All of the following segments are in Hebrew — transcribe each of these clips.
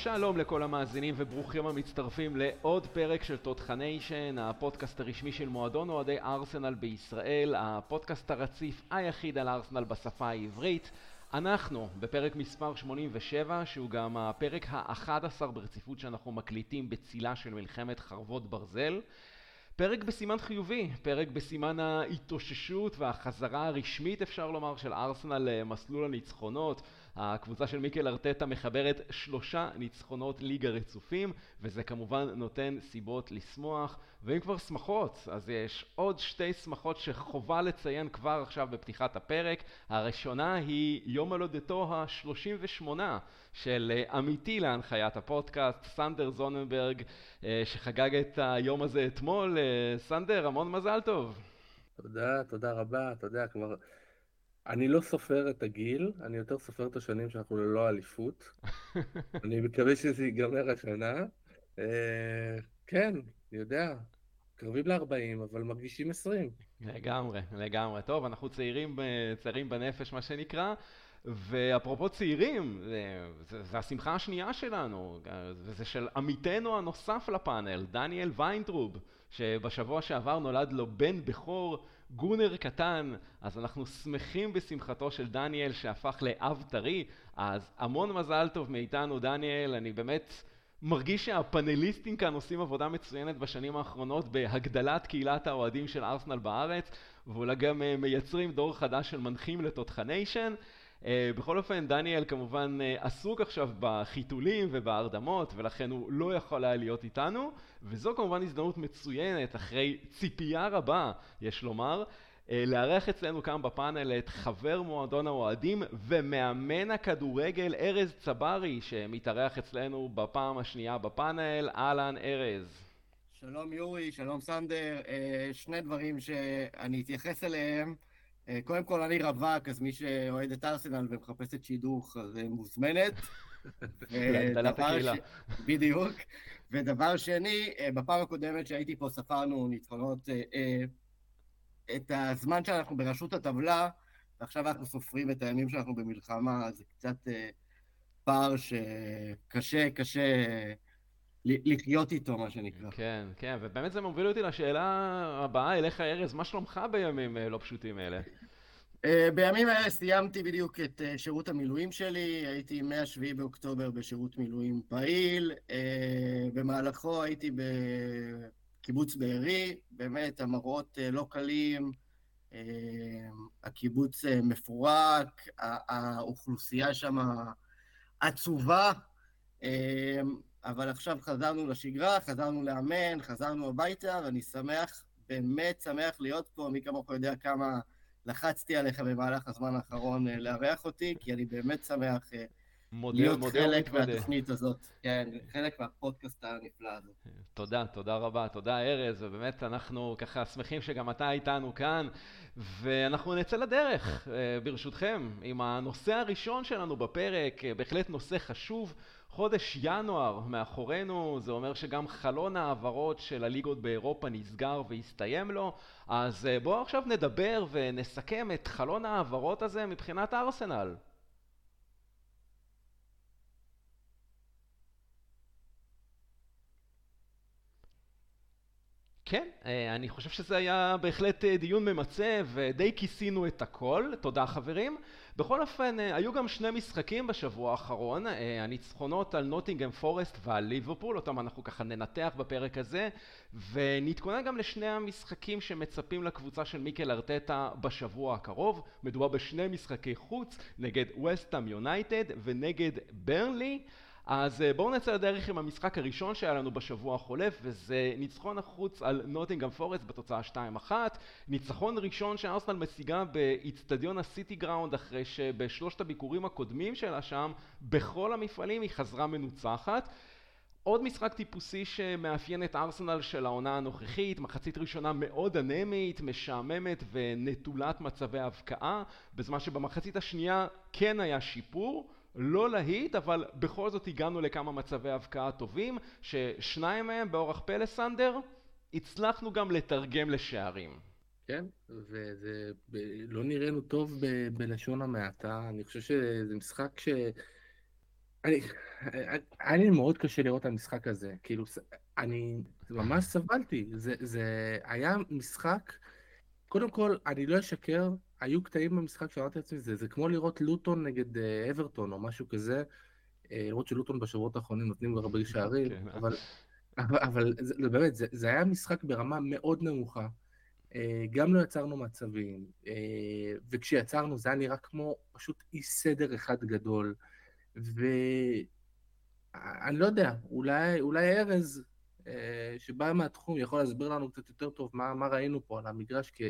שלום לכל המאזינים וברוכים המצטרפים לעוד פרק של תותחניישן, הפודקאסט הרשמי של מועדון אוהדי ארסנל בישראל, הפודקאסט הרציף היחיד על ארסנל בשפה העברית. אנחנו בפרק מספר 87, שהוא גם הפרק ה-11 ברציפות שאנחנו מקליטים בצילה של מלחמת חרבות ברזל. פרק בסימן חיובי, פרק בסימן ההתאוששות והחזרה הרשמית אפשר לומר של ארסנל למסלול הניצחונות. הקבוצה של מיקל ארטטה מחברת 3 ניצחונות ליגה רצופים, וזה כמובן נותן סיבות לשמוח. ואם כבר שמחות, אז יש עוד 2 שמחות שחובה לציין כבר עכשיו בפתיחת הפרק. הראשונה היא יום הולדתו ה-38 של עמיתי להנחיית הפודקאסט, סנדר זוננברג, שחגג את היום הזה אתמול. סנדר, המון מזל טוב. תודה רבה, אתה יודע, כבר אני לא סופר את הגיל, אני יותר סופר את השנים שאנחנו ללא אליפות. אני מקווה שזה ייגמר השנה. כן, אני יודע, קרבים ל-40, אבל מרגישים 20. לגמרי. טוב, אנחנו צעירים בנפש, מה שנקרא. ואפרופו צעירים, זה השמחה השנייה שלנו, וזה של עמיתנו הנוסף לפאנל, דניאל ויינטרוב, שבשבוע שעבר נולד לו בן בכור, גונר קטן. אז אנחנו שמחים בשמחתו של דניאל שהפך לאב טרי. אז המון מזל טוב מאיתנו, דניאל. אני באמת מרגיש שהפאנליסטים כאן עושים עבודה מצוינת בשנים האחרונות בהגדלת קהילת האוהדים של ארסנל בארץ, ואולי גם מייצרים דור חדש של מנחים לתותחניישן. בכל אופן, דניאל כמובן עסוק עכשיו בחיתולים ובהרדמות, ולכן הוא לא יכול היה להיות איתנו, וזו כמובן הזדמנות מצוינת, אחרי ציפייה רבה, יש לומר, לארח אצלנו כאן בפאנל את חבר מועדון האוהדים ומאמן הכדורגל ארז צברי, שמתארח אצלנו בפעם השנייה בפאנל. אהלן ארז. שלום יורי, שלום סנדר. 2 דברים שאני אתייחס אליהם. קודם כל, אני רווק, אז מי שאוהד את ארסנל ומחפשת שידוך, אז מוזמנת. להגדלת הקהילה. בדיוק. ודבר שני, בפעם הקודמת שהייתי פה ספרנו ניצחונות את הזמן שאנחנו בראשות הטבלה, ועכשיו אנחנו סופרים את הימים שאנחנו במלחמה, אז זה קצת פער שקשה לחיות איתו, מה שנקרא. כן, ובאמת זה מוביל אותי לשאלה הבאה אליך ארז, מה שלומך בימים לא פשוטים אלה? בימים האלה סיימתי בדיוק את שירות המילואים שלי, הייתי מה-7 באוקטובר בשירות מילואים פעיל, במהלכו הייתי בקיבוץ בארי, באמת המראות לא קלים, הקיבוץ מפורק, האוכלוסייה שם עצובה, אבל עכשיו חזרנו לשגרה, חזרנו לאמן, חזרנו הביתה, ואני שמח, באמת שמח להיות פה. מי כמוך יודע כמה לחצתי עליך במהלך הזמן האחרון לארח אותי, כי אני באמת שמח להיות חלק מהתוכנית הזאת. כן, חלק מהפודקאסט הנפלא הזה. תודה רבה, תודה ארז, ובאמת אנחנו ככה שמחים שגם אתה איתנו כאן, ואנחנו נצא לדרך ברשותכם עם הנושא הראשון שלנו בפרק, בהחלט נושא חשוב. חודש ינואר מאחורינו, זה אומר שגם חלון העברות של הליגות באירופה נסגר והסתיים לו, אז בואו עכשיו נדבר ונסכם את חלון העברות הזה מבחינת ארסנל. כן, אני חושב שזה היה בהחלט דיון ממצה ודי כיסינו את הכל, תודה חברים. בכל אופן, היו גם 2 משחקים בשבוע האחרון, הניצחונות על נוטינגהאם פורסט ועל ליברפול, אותם אנחנו ככה ננתח בפרק הזה, ונתכונן גם לשני המשחקים שמצפים לקבוצה של מיקל ארטטה בשבוע הקרוב. מדובר ב2 משחקי חוץ נגד וסטהאם יונייטד ונגד ברנלי. אז בואו נצא לדרך עם המשחק הראשון שהיה לנו בשבוע החולף, וזה ניצחון החוץ על נוטינגהאם פורסט בתוצאה 2-1. ניצחון ראשון שארסנל משיגה באצטדיון הסיטי גראונד, אחרי שבשלושת הביקורים הקודמים שלה שם, בכל המפעלים היא חזרה מנוצחת. עוד משחק טיפוסי שמאפיין את ארסנל של העונה הנוכחית, מחצית ראשונה מאוד אנמית, משעממת ונטולת מצבי הבקעה, בזמן שבמחצית השנייה כן היה שיפור, לא להיט, אבל בכל זאת הגענו לכמה מצבי הבקעה טובים, ששניים מהם באורח פלא סנדר, הצלחנו גם לתרגם לשערים. כן, וזה לא נראינו טוב בלשון המעטה. אני חושב שזה משחק אני, היה לי מאוד קשה לראות את המשחק הזה, כאילו, אני ממש סבלתי, זה היה משחק, קודם כל, אני לא אשקר, היו קטעים במשחק שאמרתי לעצמי, זה כמו לראות לוטון נגד אברטון או משהו כזה, למרות שלוטון בשבועות האחרונים נותנים הרבה שערים, כן. אבל באמת, זה היה משחק ברמה מאוד נמוכה, גם לא יצרנו מצבים, וכשיצרנו זה היה נראה כמו פשוט אי סדר אחד גדול, ואני לא יודע, אולי ארז, שבא מהתחום, יכול להסביר לנו קצת יותר טוב מה ראינו פה על המגרש, כי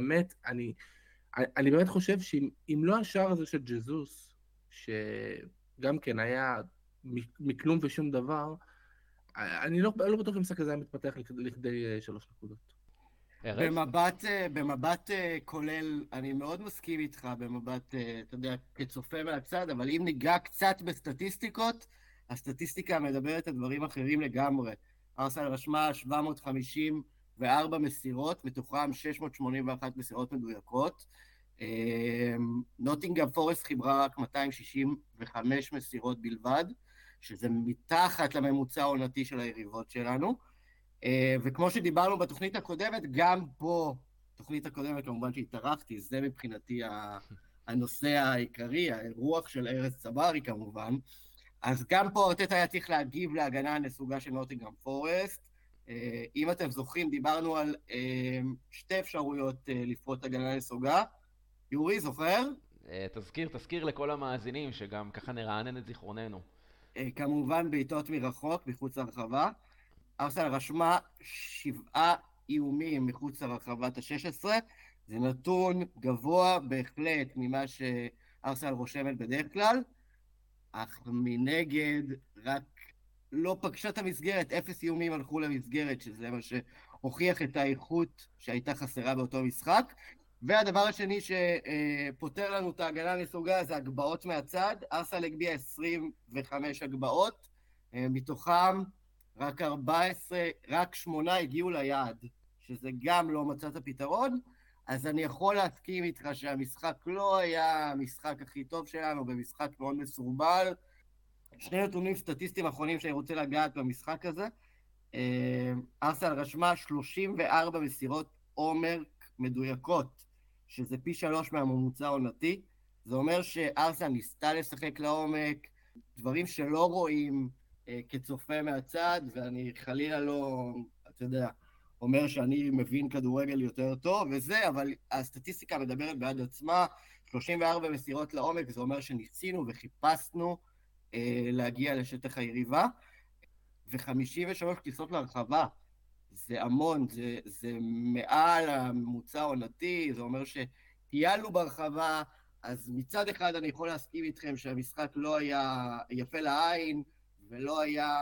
אני באמת חושב שאם לא השער הזה של ג'זוס, שגם כן היה מכלום ושום דבר, אני לא בטוח אם המשחק הזה היה מתפתח לכדי 3 נקודות. ארז? במבט כולל, אני מאוד מסכים איתך במבט, אתה יודע, כצופה מהצד, אבל אם ניגע קצת בסטטיסטיקות, הסטטיסטיקה מדברת על דברים אחרים לגמרי. ארסנל רשמה 754 מסירות, מתוכם 681 מסירות מדויקות. נוטינגהאם פורסט חיברה רק 265 מסירות בלבד, שזה מתחת לממוצע העונתי של היריבות שלנו. וכמו שדיברנו בתוכנית הקודמת, גם פה, תוכנית הקודמת כמובן שהתארחתי, זה מבחינתי הנושא העיקרי, הרוח של ארז צברי כמובן, אז גם פה ארטטה היה צריך להגיב להגנה הנסוגה של נוטינגהאם פורסט. אם אתם זוכרים, דיברנו על 2 אפשרויות לפרוט הגנה נסוגה. יורי, זוכר? תזכיר לכל המאזינים שגם ככה נרענן את זיכרוננו. כמובן בעיטות מרחוק, מחוץ לרחבה. ארסנל רשמה 7 איומים מחוץ לרחבת ה-16, זה נתון גבוה בהחלט ממה שארסנל רושמת בדרך כלל, אך מנגד רק לא פגשה את המסגרת, 0 איומים הלכו למסגרת, שזה מה שהוכיח את האיכות שהייתה חסרה באותו משחק. והדבר השני שפותר לנו את ההגנה הנסוגה זה הגבעות מהצד. ארסנל הגביע 25 הגבעות, מתוכם רק 8 הגיעו ליעד, שזה גם לא מצא את הפתרון. אז אני יכול להסכים איתך שהמשחק לא היה המשחק הכי טוב שלנו, במשחק מאוד מסורבל. 2 נתונים סטטיסטיים אחרונים שאני רוצה לגעת במשחק הזה. ארסנל רשמה 34 מסירות עומק מדויקות, שזה פי 3 מהממוצע העונתי. זה אומר שארסנל ניסתה לשחק לעומק, דברים שלא רואים כצופה מהצד, ואני חלילה לא, אתה יודע, אומר שאני מבין כדורגל יותר טוב וזה, אבל הסטטיסטיקה מדברת בעד עצמה. 34 מסירות לעומק, זה אומר שניסינו וחיפשנו להגיע לשטח היריבה, ו53 כניסות להרחבה, זה המון, זה מעל הממוצע העונתי, זה אומר שטיילנו ברחבה. אז מצד אחד אני יכול להסכים איתכם שהמשחק לא היה יפה לעין, ולא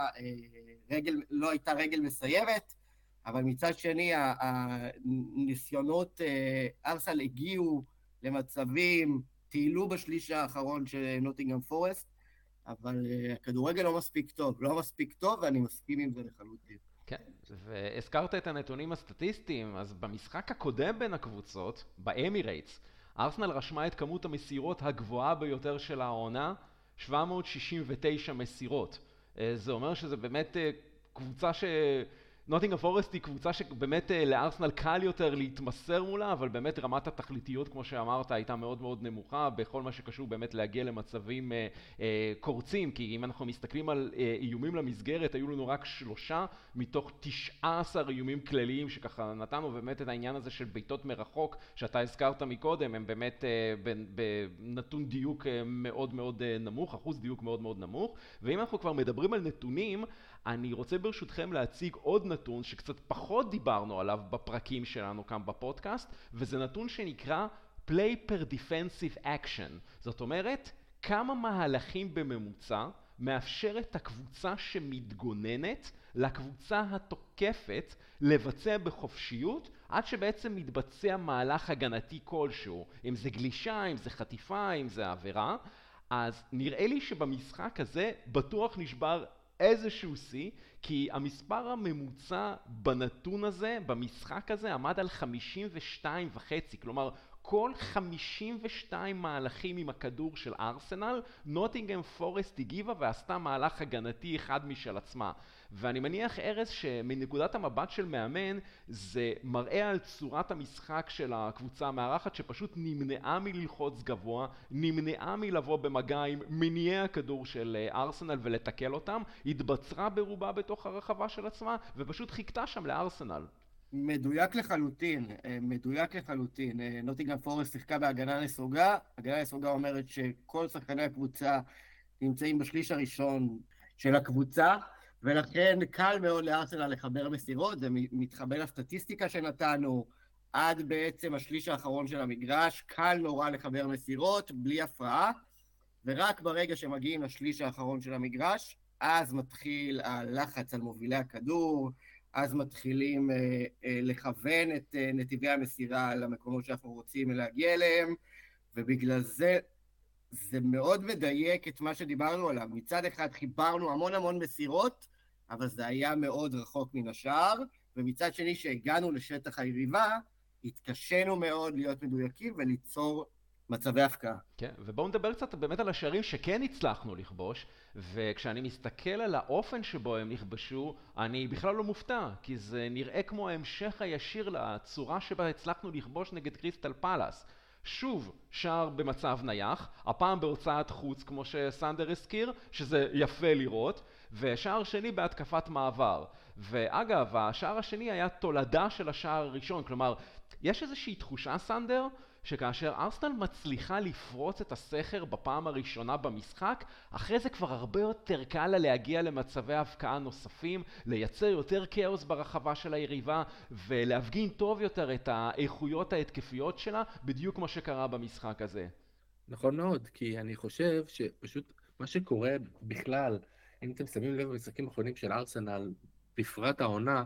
הייתה רגל מסיימת, אבל מצד שני, הניסיונות ארסנל הגיעו למצבים, טיילו בשליש האחרון של נוטינגהאם פורסט, אבל הכדורגל לא מספיק טוב, ואני מסכים עם זה לחלוטין. כן, והזכרת את הנתונים הסטטיסטיים, אז במשחק הקודם בין הקבוצות, באמירייטס, ארסנל רשמה את כמות המסירות הגבוהה ביותר של העונה, 769 מסירות. זה אומר שזה באמת קבוצה נוטינגהאם פורסט היא קבוצה שבאמת לארסנל קל יותר להתמסר מולה, אבל באמת רמת התכליתיות, כמו שאמרת, הייתה מאוד מאוד נמוכה, בכל מה שקשור באמת להגיע למצבים קורצים, כי אם אנחנו מסתכלים על איומים למסגרת, היו לנו רק 3 מתוך 19 איומים כלליים, שככה נתנו באמת את העניין הזה של בעיטות מרחוק, שאתה הזכרת מקודם, הם באמת בנתון דיוק מאוד מאוד נמוך, אחוז דיוק מאוד מאוד נמוך, ואם אנחנו כבר מדברים על נתונים, אני רוצה ברשותכם להציג עוד נתון שקצת פחות דיברנו עליו בפרקים שלנו כאן בפודקאסט, וזה נתון שנקרא Play per Defensive Action. זאת אומרת, כמה מהלכים בממוצע מאפשרת הקבוצה שמתגוננת לקבוצה התוקפת לבצע בחופשיות, עד שבעצם מתבצע מהלך הגנתי כלשהו, אם זה גלישה, אם זה חטיפה, אם זה עבירה. אז נראה לי שבמשחק הזה בטוח נשבר איזשהו שיא, כי המספר הממוצע בנתון הזה, במשחק הזה, עמד על 52.5, כלומר, כל 52 מהלכים עם הכדור של ארסנל, נוטינגהאם פורסט הגיבה ועשתה מהלך הגנתי אחד משל עצמה. ואני מניח, ארז, שמנקודת המבט של מאמן זה מראה על צורת המשחק של הקבוצה המארחת, שפשוט נמנעה מללחוץ גבוה, נמנעה מלבוא במגע עם מניעי הכדור של ארסנל ולתקל אותם, התבצרה ברובה בתוך הרחבה של עצמה ופשוט חיכתה שם לארסנל. מדויק לחלוטין, מדויק לחלוטין. נוטינגהאם פורסט שיחקה בהגנה נסוגה. הגנה נסוגה אומרת שכל שחקני הקבוצה נמצאים בשליש הראשון של הקבוצה, ולכן קל מאוד לארסנל לחבר מסירות. זה מתחבר לסטטיסטיקה שנתנו עד בעצם השליש האחרון של המגרש. קל נורא לחבר מסירות בלי הפרעה, ורק ברגע שמגיעים לשליש האחרון של המגרש, אז מתחיל הלחץ על מובילי הכדור, אז מתחילים לכוון את נתיבי המסירה למקומות שאנחנו רוצים להגיע אליהם, ובגלל זה זה מאוד מדייק את מה שדיברנו עליו. מצד אחד חיברנו המון מסירות, אבל זה היה מאוד רחוק מן השאר, ומצד שני שהגענו לשטח היריבה, התקשינו מאוד להיות מדויקים וליצור מצבי הפקעה. כן, ובואו נדבר קצת באמת על השערים שכן הצלחנו לכבוש, וכשאני מסתכל על האופן שבו הם נכבשו, אני בכלל לא מופתע, כי זה נראה כמו ההמשך הישיר לצורה שבה הצלחנו לכבוש נגד קריסטל פלאס. שוב, שער במצב נייח, הפעם בהוצאת חוץ כמו שסנדר הזכיר, שזה יפה לראות, ושער שני בהתקפת מעבר. ואגב, השער השני היה תולדה של השער הראשון, כלומר, יש איזושהי תחושה, סנדר, שכאשר ארסנל מצליחה לפרוץ את הסכר בפעם הראשונה במשחק, אחרי זה כבר הרבה יותר קל לה להגיע למצבי הבקעה נוספים, לייצר יותר כאוס ברחבה של היריבה, ולהפגין טוב יותר את האיכויות ההתקפיות שלה, בדיוק כמו שקרה במשחק הזה. נכון מאוד, כי אני חושב שפשוט מה שקורה בכלל, אם אתם שמים לב במשחקים האחרונים של ארסנל, בפרט העונה,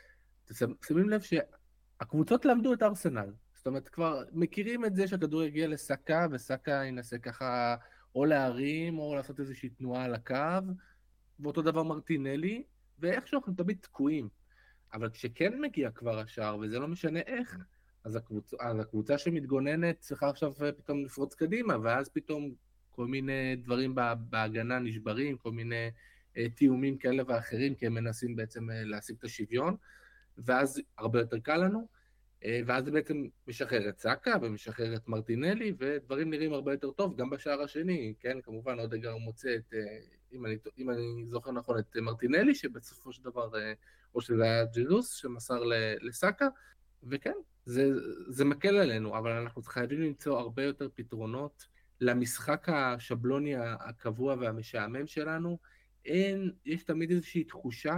אתם שמים לב שהקבוצות למדו את ארסנל. זאת אומרת, כבר מכירים את זה שהכדור יגיע לסאקה, וסאקה ינסה ככה או להרים או לעשות איזושהי תנועה על הקו, ואותו דבר מרטינלי, ואיכשהו אנחנו תמיד תקועים. אבל כשכן מגיע כבר השער, וזה לא משנה איך, אז הקבוצה שמתגוננת צריכה עכשיו פתאום לפרוץ קדימה, ואז פתאום כל מיני דברים בהגנה נשברים, כל מיני תיאומים כאלה ואחרים, כי הם מנסים בעצם להשיג את השוויון, ואז הרבה יותר קל לנו, ואז זה בעצם משחרר את סאקה ומשחרר את מרטינלי, ודברים נראים הרבה יותר טוב, גם בשער השני, כן, כמובן אודגר מוצא את, אם אני זוכר נכון, את מרטינלי, שבסופו של דבר, או שזה היה ג'זוס, שמסר לסאקה, וכן, זה מקל עלינו, אבל אנחנו חייבים למצוא הרבה יותר פתרונות למשחק השבלוני הקבוע והמשעמם שלנו. יש תמיד איזושהי תחושה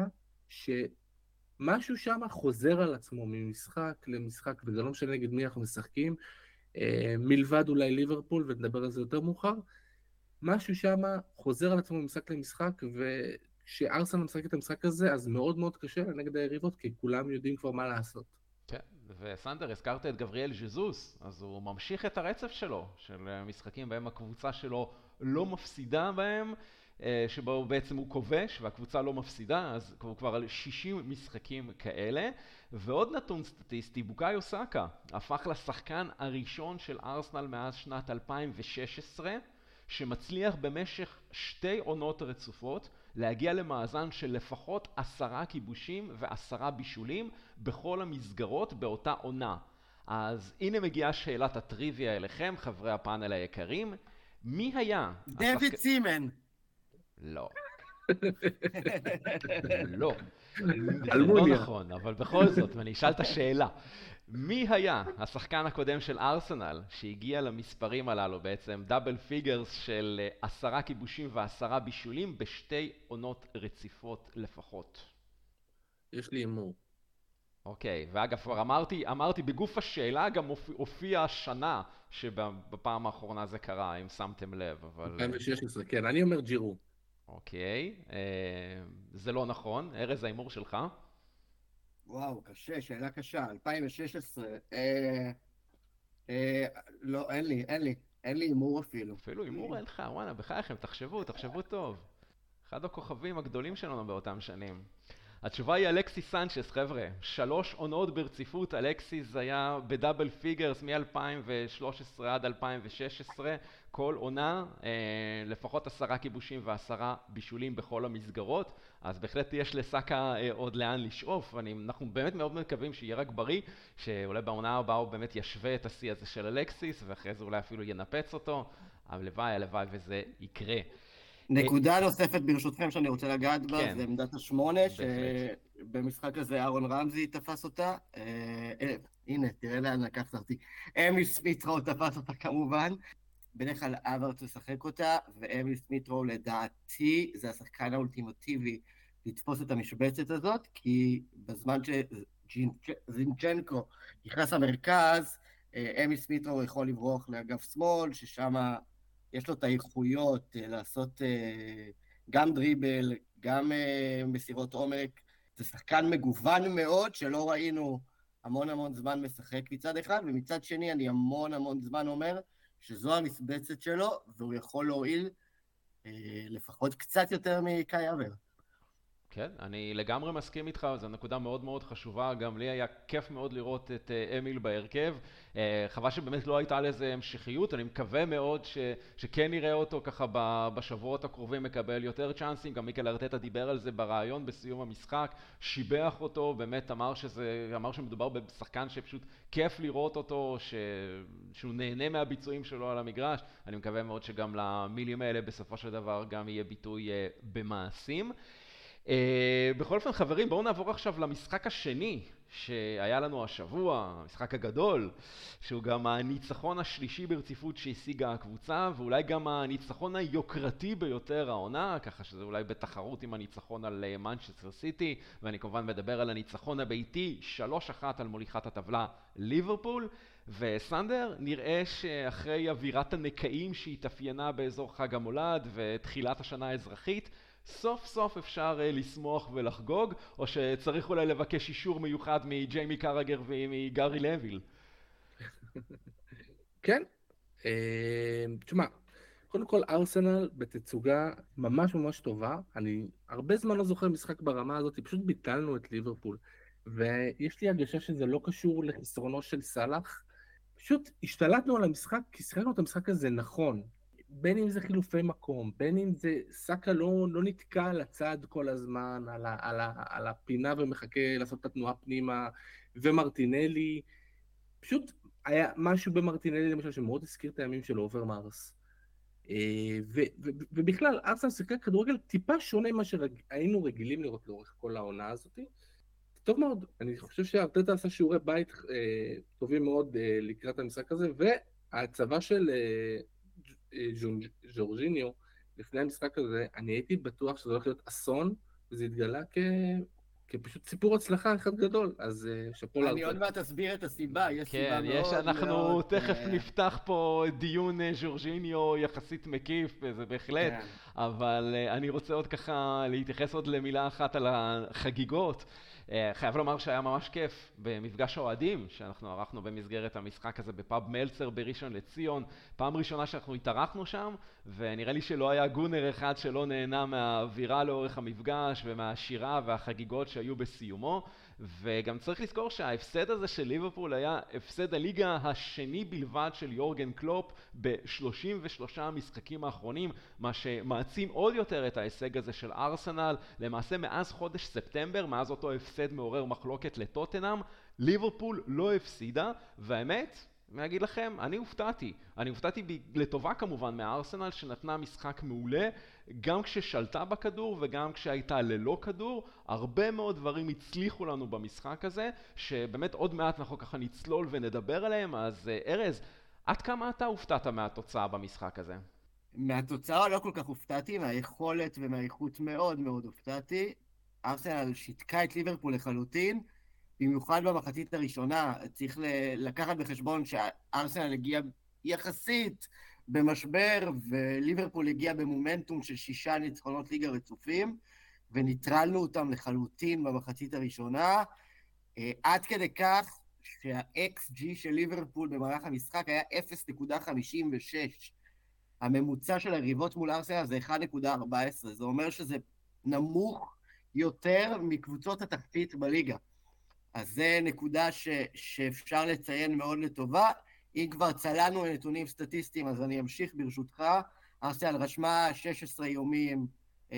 משהו שם חוזר על עצמו ממשחק למשחק, וזה לא משנה נגד מי אנחנו משחקים, מלבד אולי ליברפול, ונדבר על זה יותר מאוחר, משהו שם חוזר על עצמו ממשחק למשחק, וכשארסנל משחק את המשחק הזה, אז מאוד מאוד קשה נגד היריבות, כי כולם יודעים כבר מה לעשות. כן, וסנדר, הזכרת את גבריאל ז'זוס, אז הוא ממשיך את הרצף שלו, של משחקים בהם הקבוצה שלו לא מפסידה בהם, שבו בעצם הוא כובש והקבוצה לא מפסידה, אז הוא כבר על 60 משחקים כאלה. ועוד נתון סטטיסטי, בוקאיו סאקה הפך לשחקן הראשון של ארסנל מאז שנת 2016, שמצליח במשך 2 עונות רצופות להגיע למאזן של לפחות 10 כיבושים ו10 בישולים בכל המסגרות באותה עונה. אז הנה מגיעה שאלת הטריוויה אליכם, חברי הפאנל היקרים. מי היה? דויד סימן. לא. לא. לא נכון, אבל בכל זאת, ואני אשאל את השאלה. מי היה השחקן הקודם של ארסנל שהגיע למספרים הללו, בעצם דאבל פיגרס של 10 כיבושים ו10 בישולים ב2 עונות רציפות לפחות? יש לי אמור. אוקיי, ואגב, כבר אמרתי בגוף השאלה גם הופיע השנה שבפעם האחרונה זה קרה, אם שמתם לב, אבל... 2016, כן, אני אומר ג'ירו. אוקיי, זה לא נכון. ארז, האימור שלך? וואו, קשה, שאלה קשה. 2016. לא, אין לי אימור אפילו. אפילו אימור אין לך, וואלה, בחייכם, תחשבו טוב. אחד הכוכבים הגדולים שלנו באותם שנים. התשובה היא אלכסיס סנצ'ס, חבר'ה. 3 עונות ברציפות, אלכסיס היה בדאבל פיגרס מ-2013 עד 2016, כל עונה, לפחות 10 כיבושים ו10 בישולים בכל המסגרות, אז בהחלט יש לסאקה עוד לאן לשאוף, אנחנו באמת מאוד מקווים שיהיה רק בריא, שאולי בעונה הבאה הוא באמת ישווה את השיא הזה של אלכסיס, ואחרי זה אולי אפילו ינפץ אותו, אבל הלוואי וזה יקרה. נקודה נוספת ברשותכם שאני רוצה לגעת בה, זה עמדת ה8, שבמשחק הזה אהרון רמזי תפס אותה. הנה, תראה לאן לקחת אותי. אמיל סמית'רו תפס אותה כמובן. בדרך כלל אברט לשחק אותה, ואמיל סמית'רו לדעתי זה השחקן האולטימטיבי לתפוס את המשבצת הזאת, כי בזמן שזינצ'נקו נכנס למרכז, אמיל סמית'רו יכול לברוח לאגף שמאל, ששם יש לו את האיכויות לעשות גם דריבל, גם מסירות עומק. זה שחקן מגוון מאוד שלא ראינו המון זמן משחק מצד אחד, ומצד שני אני המון זמן אומר שזו המשבצת שלו, והוא יכול להועיל לפחות קצת יותר מקאי אבר. כן, אני לגמרי מסכים איתך, זו נקודה מאוד חשובה, גם לי היה כיף מאוד לראות את אמיל בהרכב, חבל שבאמת לא הייתה לזה המשכיות, אני מקווה מאוד שכן נראה אותו ככה בשבועות הקרובים מקבל יותר צ'אנסים, גם מיקל ארטטה דיבר על זה ברעיון בסיום המשחק, שיבח אותו, באמת אמר שמדובר בשחקן שפשוט כיף לראות אותו, שהוא נהנה מהביצועים שלו על המגרש, אני מקווה מאוד שגם למילים האלה בסופו של דבר גם יהיה ביטוי במעשים. בכל אופן חברים, בואו נעבור עכשיו למשחק השני שהיה לנו השבוע, המשחק הגדול, שהוא גם הניצחון השלישי ברציפות שהשיגה הקבוצה, ואולי גם הניצחון היוקרתי ביותר העונה, ככה שזה אולי בתחרות עם הניצחון על מנצ'סטר סיטי, ואני כמובן מדבר על הניצחון הביתי, 3-1 על מוליכת הטבלה ליברפול, וסנדר, נראה שאחרי אווירת הנקאים שהתאפיינה באזור חג המולד ותחילת השנה האזרחית, סוף סוף אפשר לשמוח ולחגוג, או שצריך אולי לבקש אישור מיוחד מג'יימי קרגר ומגארי לויל? כן. תשמע, קודם כל ארסנל בתצוגה ממש טובה. אני הרבה זמן לא זוכר משחק ברמה הזאת, פשוט ביטלנו את ליברפול. ויש לי הרגשה שזה לא קשור לחסרונו של סלאח. פשוט השתלטנו על המשחק, כי שחקנו את המשחק הזה נכון. בין אם זה חילופי מקום, בין אם זה סאקה לא נתקע על הצד כל הזמן, על הפינה ומחכה לעשות את התנועה פנימה, ומרטינלי, פשוט היה משהו במרטינלי למשל שמאוד הזכיר את הימים של אוברמארס. ובכלל, ארסנל שיחקה כדורגל טיפה שונה ממה שהיינו רגילים לראות לאורך כל העונה הזאת. טוב מאוד, אני חושב שארטטה עשה שיעורי בית טובים מאוד לקראת המשחק הזה, וההצבה של ז'ורג'יניו, לפני המשחק הזה, אני הייתי בטוח שזה הולך להיות אסון, וזה התגלה כפשוט סיפור הצלחה אחד גדול, אז שפו לארטטה. אני עוד מעט אסביר את הסיבה, יש סיבה מאוד. כן, אנחנו תכף נפתח פה דיון ז'ורג'יניו יחסית מקיף, זה בהחלט, אבל אני רוצה עוד ככה להתייחס עוד למילה אחת על החגיגות. חייב לומר שהיה ממש כיף במפגש האוהדים שאנחנו ערכנו במסגרת המשחק הזה בפאב מלצר בראשון לציון, פעם ראשונה שאנחנו התארחנו שם, ונראה לי שלא היה גונר אחד שלא נהנה מהאווירה לאורך המפגש ומהשירה והחגיגות שהיו בסיומו, וגם צריך לזכור שההפסד הזה של ליברפול היה הפסד הליגה השני בלבד של יורגן קלופ ב-33 המשחקים האחרונים, מה שמעצים עוד יותר את ההישג הזה של ארסנל. למעשה מאז חודש ספטמבר, מאז אותו הפסד מעורר מחלוקת לטוטנהאם, ליברפול לא הפסידה, והאמת, אני אגיד לכם, אני הופתעתי לטובה כמובן מהארסנל שנתנה משחק מעולה, גם כששלטה בכדור וגם כשהייתה ללא כדור. הרבה מאוד דברים הצליחו לנו במשחק הזה, שבאמת עוד מעט אנחנו ככה נצלול ונדבר עליהם. אז ארז, עד כמה אתה הופתעת מהתוצאה במשחק הזה? מהתוצאה לא כל כך הופתעתי, מהיכולת ומהאיכות מאוד הופתעתי. ארסנל שיתקה את ליברפול לחלוטין, במיוחד במחצית הראשונה. צריך לקחת בחשבון שארסנל הגיע יחסית במשבר, וליברפול הגיע במומנטום של 6 ניצחונות ליגה רצופים, וניטרלנו אותם לחלוטין במחצית הראשונה, עד כדי כך שה-XG של ליברפול במהלך המשחק היה 0.56. הממוצע של היריבות מול ארסנל זה 1.14, זה אומר שזה נמוך יותר מקבוצות התחתית בליגה. אז זה נקודה שאפשר לציין מאוד לטובה. אם כבר צלנו נתונים סטטיסטיים, אז אני אמשיך ברשותך. ארסנל רשמה 16 איומים,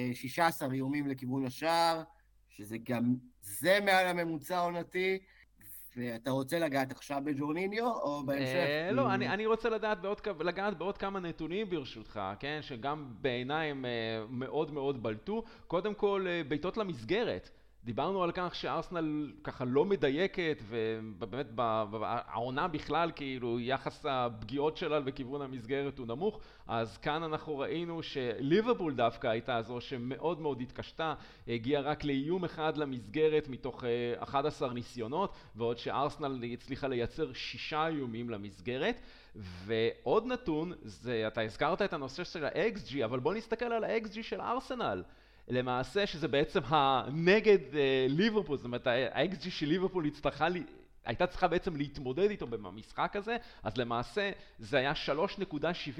16 איומים לכיוון השער, שזה גם זה מעל הממוצע העונתי. ואתה רוצה לגעת עכשיו בג'ורניניו או בהמשך? לא, אני רוצה לגעת בעוד כמה נתונים ברשותך, כן? שגם בעיניי הם מאוד מאוד בלטו. קודם כל, בעיטות למסגרת. דיברנו על כך שארסנל ככה לא מדייקת, ובאמת העונה בכלל, כאילו יחס הפגיעות שלה בכיוון המסגרת הוא נמוך, אז כאן אנחנו ראינו שליברפול דווקא הייתה זו שמאוד מאוד התקשתה, הגיעה רק לאיום אחד למסגרת מתוך 11 ניסיונות, ועוד שארסנל הצליחה לייצר 6 איומים למסגרת. ועוד נתון, אתה הזכרת את הנושא של ה-XG, אבל בוא נסתכל על ה-XG של ארסנל. למעשה שזה בעצם הנגד ליברפול, זאת אומרת ה-XG של ליברפול הייתה צריכה בעצם להתמודד איתו במשחק הזה, אז למעשה זה היה 3.76,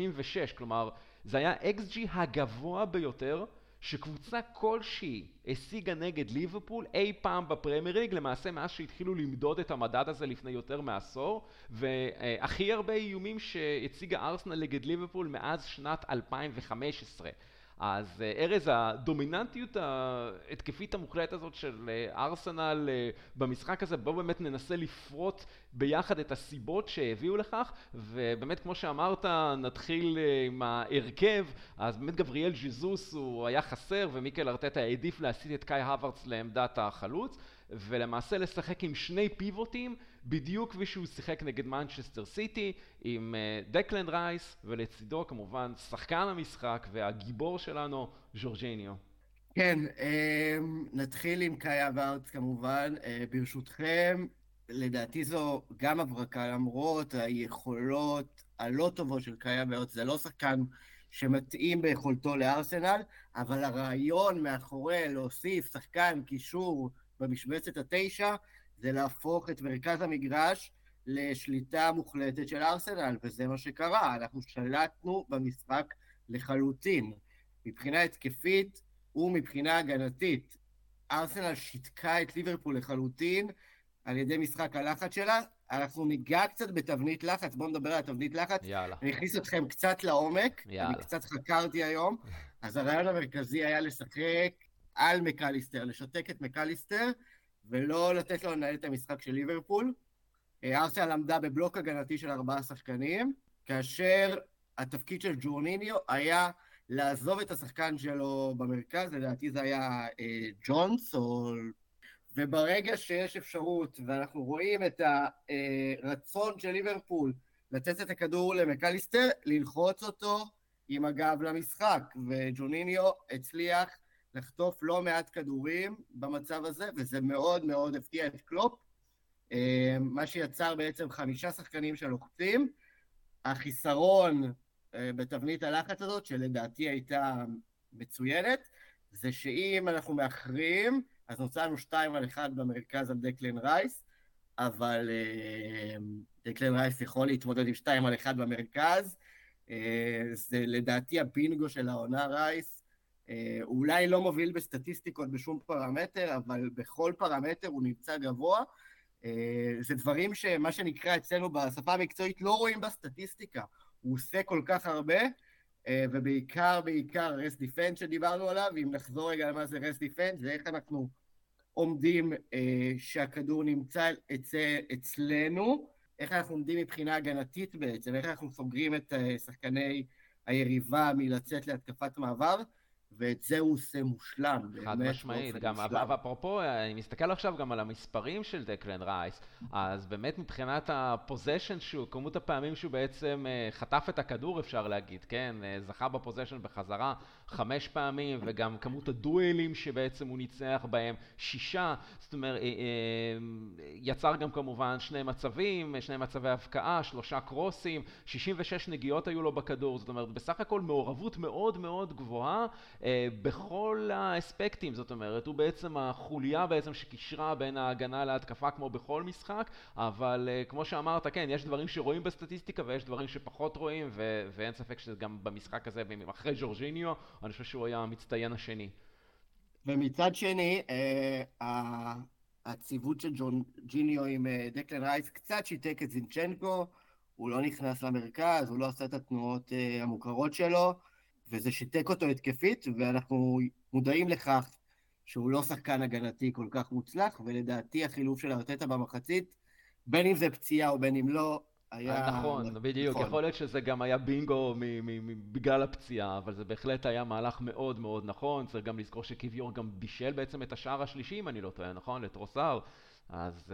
כלומר זה היה XG הגבוה ביותר שקבוצה כלשהי השיגה נגד ליברפול אי פעם בפרמייר ליג, למעשה מאז שהתחילו למדוד את המדד הזה לפני יותר מעשור, והכי הרבה איומים שהציגה ארסנל נגד ליברפול מאז שנת 2015. אז ארז, הדומיננטיות ההתקפית המוחלטת הזאת של ארסנל במשחק הזה, בואו באמת ננסה לפרוט ביחד את הסיבות שהביאו לכך, ובאמת כמו שאמרת, נתחיל עם ההרכב. אז באמת גבריאל ג'זוס הוא היה חסר, ומיקל ארטטה העדיף להסיט את קאי הוורץ לעמדת החלוץ, ולמעשה לשחק עם שני פיבוטים, בדיוק כפי שהוא שיחק נגד מנצ'סטר סיטי, עם דקלן רייס, ולצידו כמובן שחקן המשחק והגיבור שלנו, ז'ורג'יניו. כן, נתחיל עם קאי הוורץ כמובן. ברשותכם, לדעתי זו גם הברקה, למרות היכולות הלא טובות של קאי הוורץ, זה לא שחקן שמתאים ביכולתו לארסנל, אבל הרעיון מאחורי להוסיף שחקן קישור במשבצת 9, זה להפוך את מרכז המגרש לשליטה מוחלטת של ארסנל, וזה מה שקרה. אנחנו שלטנו במשחק לחלוטין, מבחינה התקפית ומבחינה הגנתית. ארסנל שיתקה את ליברפול לחלוטין על ידי משחק הלחץ שלה. אנחנו ניגע קצת בתבנית לחץ, בואו נדבר על תבנית לחץ. יאללה. אני אכניס אתכם קצת לעומק, יאללה. אני קצת חקרתי היום. אז הרעיון המרכזי היה לשחק על מקליסטר, לשתק את מקליסטר, ולא לתת לו לנהל את המשחק של ליברפול. ארסנל עמדה בבלוק הגנתי של 4 שחקנים, כאשר התפקיד של ג'ורניניו היה לעזוב את השחקן שלו במרכז, לדעתי זה היה ג'ונס, וברגע שיש אפשרות, ואנחנו רואים את הרצון של ליברפול לתת את הכדור למקליסטר, ללחוץ אותו עם הגב למשחק, וג'ורניניו הצליח לחטוף לא מעט כדורים במצב הזה, וזה מאוד מאוד הפתיע את קלופ, מה שיצר בעצם 5 שחקנים שלוחצים. החיסרון בתבנית הלחץ הזאת, שלדעתי הייתה מצוינת, זה שאם אנחנו מאחרים, אז נוצרנו 2-1 במרכז על דקלן רייס, אבל דקלן רייס יכול להתמודד עם 2-1 במרכז, זה לדעתי הבינגו של העונה רייס, הוא אולי לא מוביל בסטטיסטיקות בשום פרמטר, אבל בכל פרמטר הוא נמצא גבוה. זה דברים שמה שנקרא אצלנו בשפה המקצועית לא רואים בסטטיסטיקה. הוא עושה כל כך הרבה, ובעיקר רסט דיפנס שדיברנו עליו. אם נחזור רגע למה זה רסט דיפנס, זה איך אנחנו עומדים שהכדור נמצא אצלנו, איך אנחנו עומדים מבחינה הגנתית בעצם, איך אנחנו סוגרים את שחקני היריבה מלצאת להתקפת מעבר, ואת זה הוא עושה מושלם. חד משמעית, גם אפרופו, אני מסתכל עכשיו גם על המספרים של דקלן רייס, אז באמת מבחינת הפוזיישן, כמות הפעמים שהוא בעצם חטף את הכדור, אפשר להגיד, כן, זכה בפוזיישן בחזרה 5 פעמים, וגם כמות הדואלים שבעצם הוא ניצח בהם 6, זאת אומרת, יצר גם כמובן 2 מצבים, 2 מצבי הפקעה, 3 קרוסים, 66 נגיעות היו לו בכדור, זאת אומרת, בסך הכל מעורבות מאוד מאוד גבוהה, בכל האספקטים, זאת אומרת, הוא בעצם החוליה בעצם שקישרה בין ההגנה להתקפה כמו בכל משחק, אבל כמו שאמרת, כן, יש דברים שרואים בסטטיסטיקה ויש דברים שפחות רואים, ואין ספק שזה גם במשחק הזה, אחרי ז'ורג'יניו, אני חושב שהוא היה המצטיין השני. ומצד שני, הציוות של ג'יניו עם דקלן רייס קצת שיתק את זינצ'נקו, הוא לא נכנס למרכז, הוא לא עשה את התנועות המוכרות שלו, וזה שיתק אותו התקפית, ואנחנו מודעים לכך שהוא לא שחקן הגנתי כל כך מוצלח, ולדעתי החילוף של ארטטה במחצית, בין אם זה פציעה או בין אם לא, היה... נכון, בדיוק, יכול להיות שזה גם היה בינגו בגלל הפציעה, אבל זה בהחלט היה מהלך מאוד מאוד נכון. צריך גם לזכור שקיוויור גם בישל בעצם את השער השלישי, אם אני לא טועה, נכון? לטרוסר, אז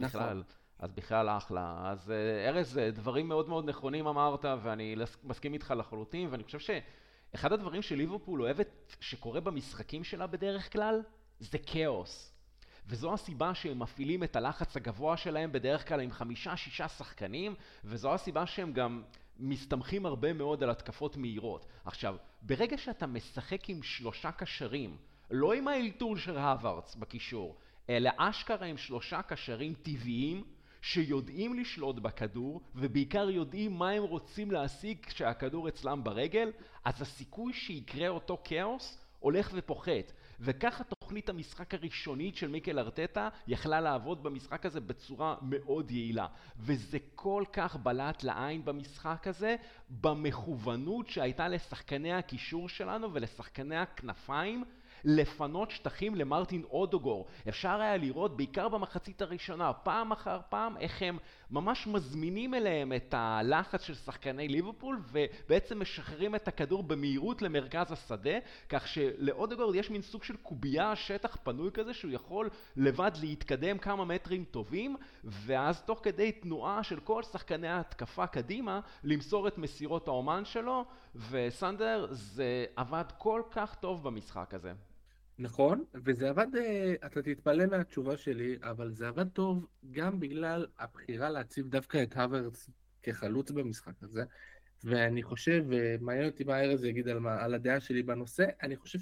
בכלל אחלה. אז ארז, דברים מאוד מאוד נכונים אמרת, ואני מסכים איתך לחלוטין, ואני חושב שאחד הדברים שליברפול אוהבת שקורה במשחקים שלה בדרך כלל, זה כאוס. וזו הסיבה שהם מפעילים את הלחץ הגבוה שלהם בדרך כלל עם 5-6 שחקנים, וזו הסיבה שהם גם מסתמכים הרבה מאוד על התקפות מהירות. עכשיו, ברגע שאתה משחק עם 3 קשרים, לא עם האלתור של הווארץ בקישור, אלא אשכרה עם 3 קשרים טבעיים, שיודעים לשלוט בכדור, ובעיקר יודעים מה הם רוצים להשיג כשהכדור אצלם ברגל, אז הסיכוי שיקרה אותו כאוס הולך ופוחת. וככה תוכנית המשחק הראשונית של מיקל ארטטה יכלה לעבוד במשחק הזה בצורה מאוד יעילה. וזה כל כך בלט לעין במשחק הזה, במכוונות שהייתה לשחקני הקישור שלנו ולשחקני הכנפיים, לפנות שטחים למרטין אודוגור. אפשר היה לראות בעיקר במחצית הראשונה, פעם אחר פעם, איך הם ממש מזמינים אליהם את הלחץ של שחקני ליברפול, ובעצם משחררים את הכדור במהירות למרכז השדה, כך שלאודוגור יש מין סוג של קובייה, שטח פנוי כזה, שהוא יכול לבד להתקדם כמה מטרים טובים, ואז תוך כדי תנועה של כל שחקני ההתקפה קדימה, למסור את מסירות האומן שלו, וסנדר, זה עבד כל כך טוב במשחק הזה. נכון, וזה עבד, אתה תתפלא מהתשובה שלי, אבל זה עבד טוב גם בגלל הבחירה להציב דווקא את הוורץ כחלוץ במשחק הזה, ואני חושב, ומעניין אותי מה ארז יגיד על הדעה שלי בנושא, אני חושב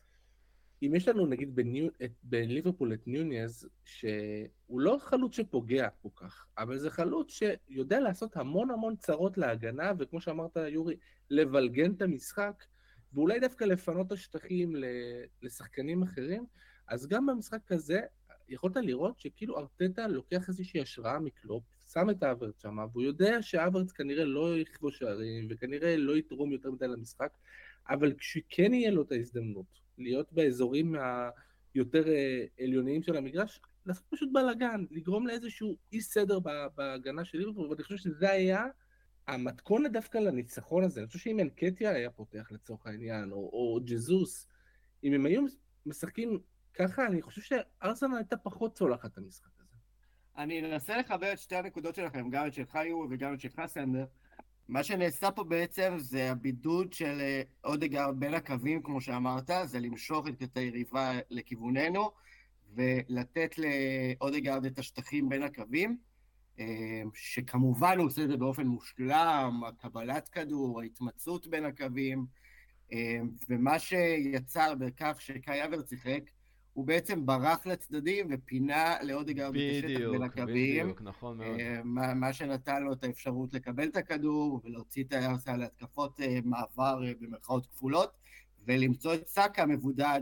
שאם יש לנו נגיד בליברפול את ניוניז, שהוא לא חלוץ שפוגע כל כך, אבל זה חלוץ שיודע לעשות המון המון צרות להגנה, וכמו שאמרת יורי, לבלגן את המשחק, ואולי דווקא לפנות השטחים לשחקנים אחרים, אז גם במשחק הזה יכולת לראות שכאילו ארטטה לוקח איזושהי השראה מקלופ, שם את האברץ שם, והוא יודע שהאברץ כנראה לא יכבוש שערים, וכנראה לא יתרום יותר מדי למשחק, אבל כשכן יהיה לו את ההזדמנות להיות באזורים היותר עליוניים של המגרש, לעשות פשוט בלגן, לגרום לאיזשהו אי סדר בהגנה של ליברפול, ואני חושב שזה היה המתכון דווקא לניצחון הזה. אני חושב שאם אנקטיה היה פותח לצורך העניין, או ג'זוס, אם הם היו משחקים ככה, אני חושב שארסנל הייתה פחות צולחת את המשחק הזה. אני אנסה לחבר את שתי הנקודות שלכם, גם את שלך יורי וגם את שלך סנדר. מה שנעשה פה בעצם זה הבידוד של אודגארד בין הקווים, כמו שאמרת, זה למשוך את היריבה לכיווננו, ולתת לאודגארד את השטחים בין הקווים, שכמובן הוא עושה את זה באופן מושלם, הקבלת כדור, ההתמצאות בין הקווים, ומה שיצר בכך שקאי אברץ שיחק, הוא בעצם ברח לצדדים ופינה לאודגארד את השטח בין הקווים. בדיוק, נכון מאוד. מה שנתן לו את האפשרות לקבל את הכדור ולהוציא את הארסנל להתקפות מעבר במרכאות כפולות, ולמצוא את סאקה מבודד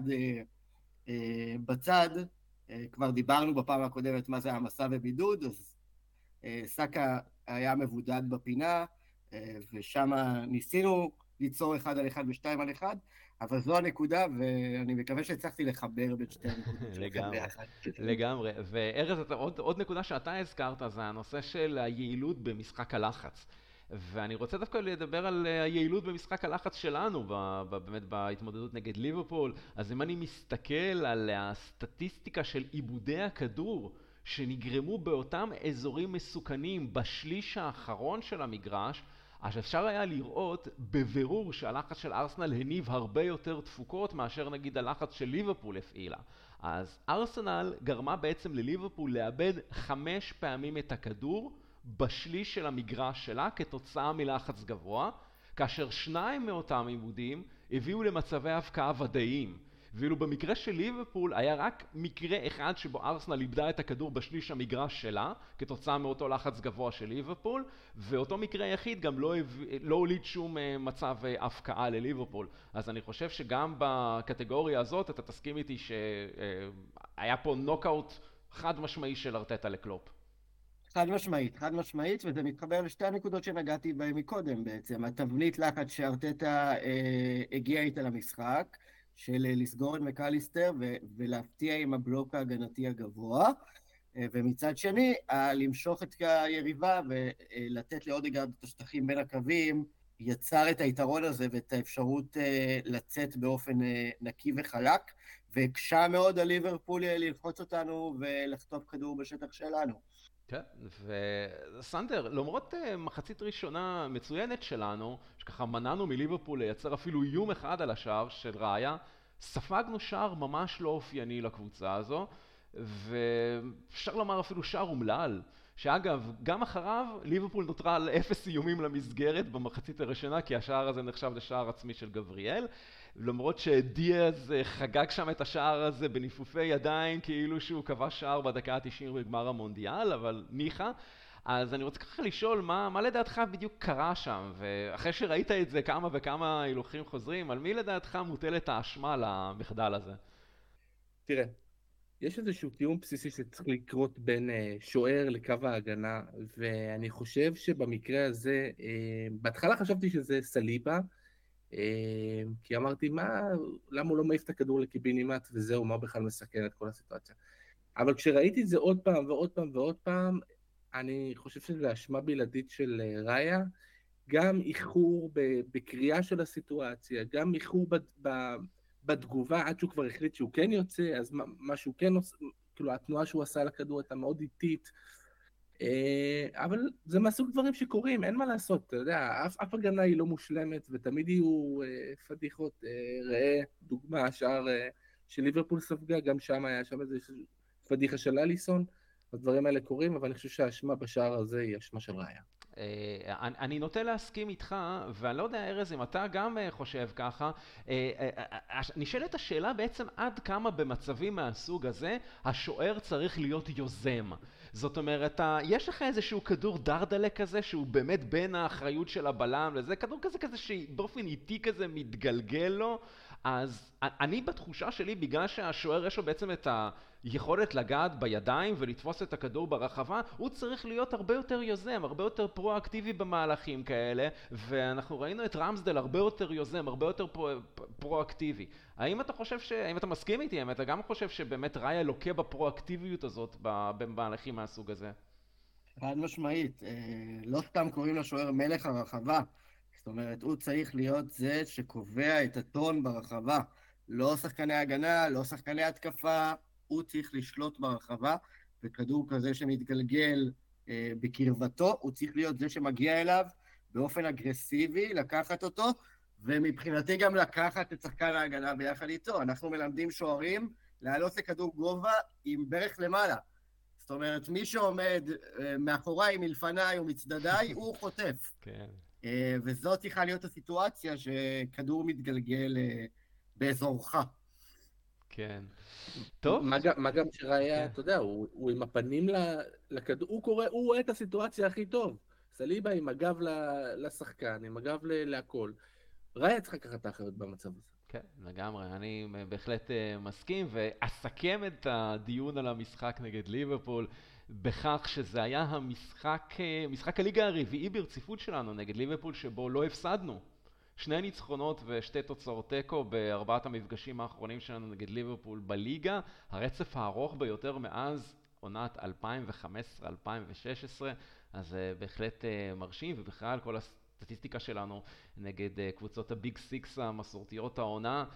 בצד. כבר דיברנו בפעם הקודמת מה זה המסע ובידוד, אז סאקה היה מבודד בפינה, ושם ניסינו ליצור 1 על 1 ו2 על 1, אבל זו הנקודה, ואני מקווה שהצלחתי לחבר בין שתי הנקודות שלכם ביחד. לגמרי, וארז, עוד נקודה שאתה הזכרת, זה הנושא של היעילות במשחק הלחץ. ואני רוצה דווקא לדבר על היעילות במשחק הלחץ שלנו, באמת בהתמודדות נגד ליברפול. אז אם אני מסתכל על הסטטיסטיקה של עיבודי הכדור, שנגרמו באותם אזורים מסוכנים בשליש האחרון של המגרש, אז אפשר היה לראות בבירור שהלחץ של ארסנל הניב הרבה יותר תפוקות מאשר נגיד הלחץ של ליברפול הפעילה. אז ארסנל גרמה בעצם לליברפול לאבד 5 פעמים את הכדור בשליש של המגרש שלה כתוצאה מלחץ גבוה, כאשר 2 מאותם עיבודים הביאו למצבי הבקעה ודאיים. ואילו במקרה של ליברפול היה רק מקרה אחד שבו ארסנל איבדה את הכדור בשליש המגרש שלה, כתוצאה מאותו לחץ גבוה של ליברפול, ואותו מקרה יחיד גם לא הוליד שום מצב הפקעה לליברפול. אז אני חושב שגם בקטגוריה הזאת אתה תסכים איתי שהיה פה נוקאוט חד משמעי של ארטטה לקלופ. חד משמעית, וזה מתחבר לשתי הנקודות שנגעתי בהן מקודם בעצם. התבנית לחץ שארטטה הגיע איתה למשחק, של לסגור את מקליסטר ולהפתיע עם הבלוק ההגנתי הגבוה, ומצד שני, למשוך את היריבה ולתת לאודגרד את השטחים בין הקווים, יצר את היתרון הזה ואת האפשרות לצאת באופן נקי וחלק, והקשה מאוד על ליברפול ללחוץ אותנו ולחטוף כדור בשטח שלנו. כן, וסנדר, למרות מחצית ראשונה מצוינת שלנו, שככה מנענו מליברפול לייצר אפילו איום אחד על השער של ראיה, ספגנו שער ממש לא אופייני לקבוצה הזו, ואפשר לומר אפילו שער אומלל, שאגב, גם אחריו ליברפול נותרה על 0 איומים למסגרת במחצית הראשונה, כי השער הזה נחשב לשער עצמי של גבריאל, למרות שדיאז חגג שם את השער הזה בניפופי ידיים, כאילו שהוא כבש שער בדקה ה-90 בגמר המונדיאל, אבל ניחא. אז אני רוצה ככה לשאול, מה לדעתך בדיוק קרה שם? ואחרי שראית את זה כמה וכמה הילוכים חוזרים, על מי לדעתך מוטלת האשמה למחדל הזה? תראה, יש איזשהו תיאום בסיסי שצריך לקרות בין שוער לקו ההגנה, ואני חושב שבמקרה הזה, בהתחלה חשבתי שזה סליבה, כי אמרתי, למה הוא לא מעיף את הכדור לקיבינימט, וזהו, מה בכלל מסכן את כל הסיטואציה. אבל כשראיתי את זה עוד פעם ועוד פעם ועוד פעם, אני חושב שזה אשמה בלעדית של ראיה, גם איחור בקריאה של הסיטואציה, גם איחור בתגובה, עד שהוא כבר החליט שהוא כן יוצא, אז מה שהוא כן עושה, כאילו התנועה שהוא עשה לכדור הייתה מאוד איטית, אבל זה מהסוג דברים שקורים, אין מה לעשות, אתה יודע, אף הגנה היא לא מושלמת, ותמיד יהיו פדיחות, ראה דוגמה, השער של ליברפול ספגה, גם שם היה שם איזה פדיחה של אליסון, הדברים האלה קורים, אבל אני חושב שהאשמה בשער הזה היא אשמה של ראיה. אני נוטה להסכים איתך, ואני לא יודע, ארז, אם אתה גם חושב ככה, נשאלת השאלה בעצם עד כמה במצבים מהסוג הזה השוער צריך להיות יוזם. זאת אומרת, יש לך איזשהו כדור דרדלה כזה שהוא באמת בין האחריות של הבלם לזה, כדור כזה שבאופן איטי כזה מתגלגל לו, אז אני בתחושה שלי, בגלל שהשוער יש לו בעצם את היכולת לגעת בידיים ולתפוס את הכדור ברחבה, הוא צריך להיות הרבה יותר יוזם, הרבה יותר פרואקטיבי במהלכים כאלה, ואנחנו ראינו את רמסדל הרבה יותר יוזם, הרבה יותר פרואקטיבי. האם אתה חושב האם אתה מסכים איתי, האם אתה גם חושב שבאמת ראיה לוקה בפרואקטיביות הזאת במהלכים מהסוג הזה? חד משמעית, לא סתם קוראים לשוער מלך הרחבה. זאת אומרת, הוא צריך להיות זה שקובע את הטון ברחבה. לא שחקני הגנה, לא שחקני התקפה, הוא צריך לשלוט ברחבה, וכדור כזה שמתגלגל בקרבתו, הוא צריך להיות זה שמגיע אליו באופן אגרסיבי, לקחת אותו, ומבחינתי גם לקחת את שחקן ההגנה ביחד איתו. אנחנו מלמדים שוערים לעלות לכדור גובה עם ברך למעלה. זאת אומרת, מי שעומד מאחוריי, מלפניי ומצדדיי, הוא חוטף. כן. וזאת צריכה להיות הסיטואציה שכדור מתגלגל באזורך. כן. טוב. מה גם שראיה, אתה יודע, הוא עם הפנים לכדור, הוא רואה את הסיטואציה הכי טוב. סליבה עם הגב לשחקן, עם הגב להכל. ראיה צריכה ככה את האחריות במצב הזה. כן, לגמרי, אני בהחלט מסכים, ואסכם את הדיון על המשחק נגד ליברפול בכך שזה היה משחק הליגה הרביעי ברציפות שלנו נגד ליברפול, שבו לא הפסדנו. 2 ניצחונות ו2 תוצאות תיקו בארבעת המפגשים האחרונים שלנו נגד ליברפול בליגה, הרצף הארוך ביותר מאז עונת 2015-2016, אז בהחלט מרשים, ובכלל כל הסטטיסטיקה שלנו נגד קבוצות הביג סיקס המסורתיות העונה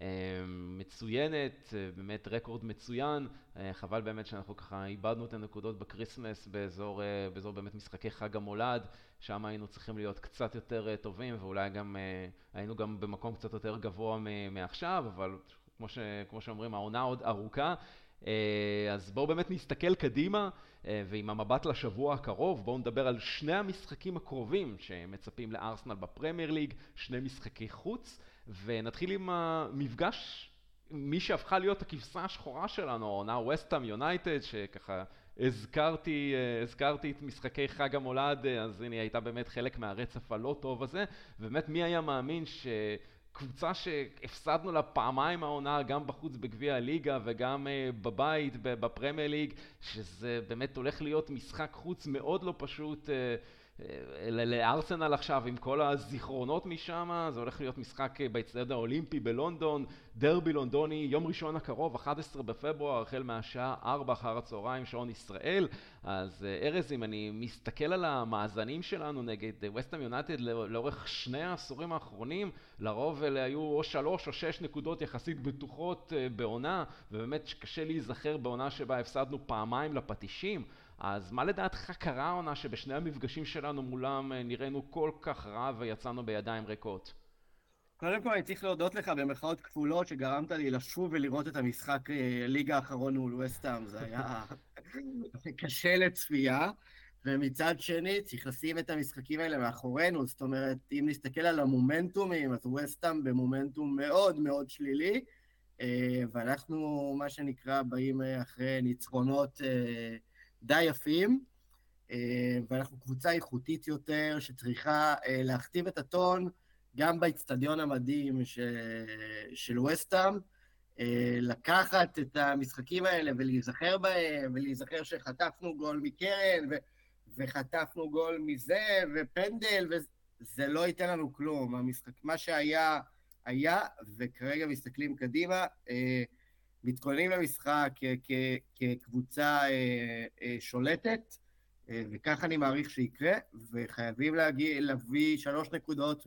מצוינת, באמת רקורד מצוין. חבל באמת שאנחנו ככה איבדנו את הנקודות בקריסמס באזור באמת משחקי חג המולד, שם היינו צריכים להיות קצת יותר טובים, ואולי גם היינו גם במקום קצת יותר גבוה מעכשיו, אבל כמו שאומרים, העונה עוד ארוכה. אז בואו באמת נסתכל קדימה, ועם המבט לשבוע הקרוב, בואו נדבר על 2 המשחקים הקרובים שמצפים לארסנל בפרמייר ליג, 2 משחקי חוץ, ונתחיל עם המפגש מי שהפכה להיות הכבשה השחורה שלנו, העונה וסטהאם יונייטד, שככה הזכרתי את משחקי חג המולד, אז הנה הייתה באמת חלק מהרצף הלא טוב הזה, ובאמת מי היה מאמין שקבוצה שהפסדנו לה פעמיים העונה, גם בחוץ בגביע הליגה וגם בבית בפרמייר ליג, שזה באמת הולך להיות משחק חוץ מאוד לא פשוט לארסנל עכשיו עם כל הזיכרונות משם. זה הולך להיות משחק באצטדיון האולימפי בלונדון, דרבי לונדוני, יום ראשון הקרוב, 11 בפברואר, החל מהשעה 4 אחר הצהריים, שעון ישראל. אז ארז, אם אני מסתכל על המאזנים שלנו נגד וסטהאם יונייטד לאורך שני העשורים האחרונים, לרוב אלה היו או 3 או 6 נקודות יחסית בטוחות בעונה, ובאמת קשה להיזכר בעונה שבה הפסדנו פעמיים לפטישים. אז מה לדעתך קרה העונה שבשני המפגשים שלנו מולם נראינו כל כך רע ויצאנו בידיים ריקות? קודם כל אני צריך להודות לך במרכאות כפולות שגרמת לי לשוב ולראות את המשחק ליגה האחרון מול וסטהאם, זה היה קשה לצפייה, ומצד שני צריך לשים את המשחקים האלה מאחורינו, זאת אומרת אם נסתכל על המומנטומים, אז וסטהאם במומנטום מאוד מאוד שלילי, ואנחנו מה שנקרא באים אחרי ניצחונות די יפים, ואנחנו קבוצה איכותית יותר שצריכה להכתיב את הטון גם באצטדיון המדהים של וסטהאם, לקחת את המשחקים האלה ולהיזכר בהם, ולהיזכר שחטפנו גול מקרן וחטפנו גול מזה ופנדל, וזה לא ייתן לנו כלום. המשחק, מה שהיה היה, וכרגע מסתכלים קדימה, מתכוננים למשחק כקבוצה שולטת, וכך אני מעריך שיקרה, וחייבים להביא 3 נקודות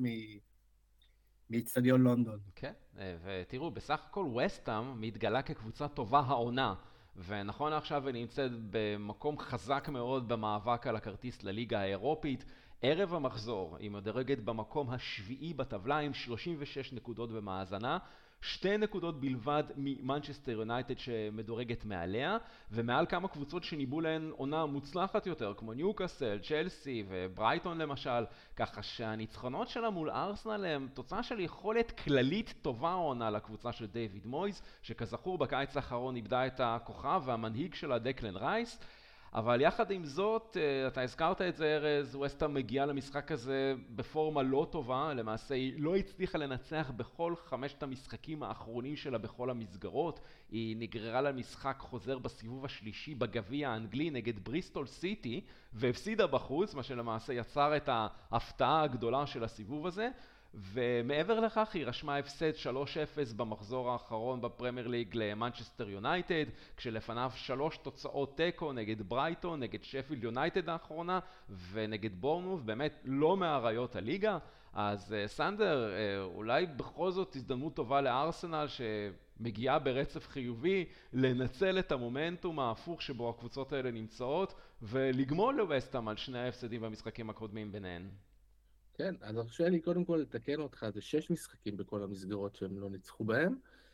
מאצטדיון לונדון. כן, ותראו, בסך הכל וסטהאם מתגלה כקבוצה טובה העונה, ונכון עכשיו היא נמצאת במקום חזק מאוד במאבק על הכרטיס לליגה האירופית. ערב המחזור היא מדורגת במקום השביעי בטבלה עם 36 נקודות במאזנה, 2 נקודות בלבד ממנצ'סטר יונייטד שמדורגת מעליה, ומעל כמה קבוצות שניבאו להן עונה מוצלחת יותר, כמו ניוקאסל, צ'לסי וברייטון למשל, ככה שהניצחונות שלה מול ארסנל הם תוצאה של יכולת כללית טובה עונה לקבוצה של דיוויד מויז, שכזכור בקיץ האחרון איבדה את הכוכב והמנהיג שלה דקלן רייס. אבל יחד עם זאת, אתה הזכרת את זה ארז, וסטהאם מגיעה למשחק הזה בפורמה לא טובה, למעשה היא לא הצליחה לנצח בכל 5 המשחקים האחרונים שלה בכל המסגרות, היא נגררה למשחק חוזר בסיבוב השלישי בגביע האנגלי נגד בריסטול סיטי, והפסידה בחוץ, מה שלמעשה יצר את ההפתעה הגדולה של הסיבוב הזה, ומעבר לכך היא רשמה הפסד 3-0 במחזור האחרון בפרמייר ליג למנצ'סטר יונייטד, כשלפניו 3 תוצאות טקו נגד ברייטון, נגד שפילד יונייטד האחרונה ונגד בורנמות', באמת לא מהאריות הליגה. אז סנדר, אולי בכל זאת הזדמנות טובה לארסנל שמגיעה ברצף חיובי לנצל את המומנטום ההפוך שבו הקבוצות האלה נמצאות ולגמול לווסטהאם על 2 ההפסדים במשחקים הקודמים ביניהן. כן, אז הרשה לי קודם כל לתקן אותך, זה 6 משחקים בכל המסגרות שהם לא ניצחו בהם,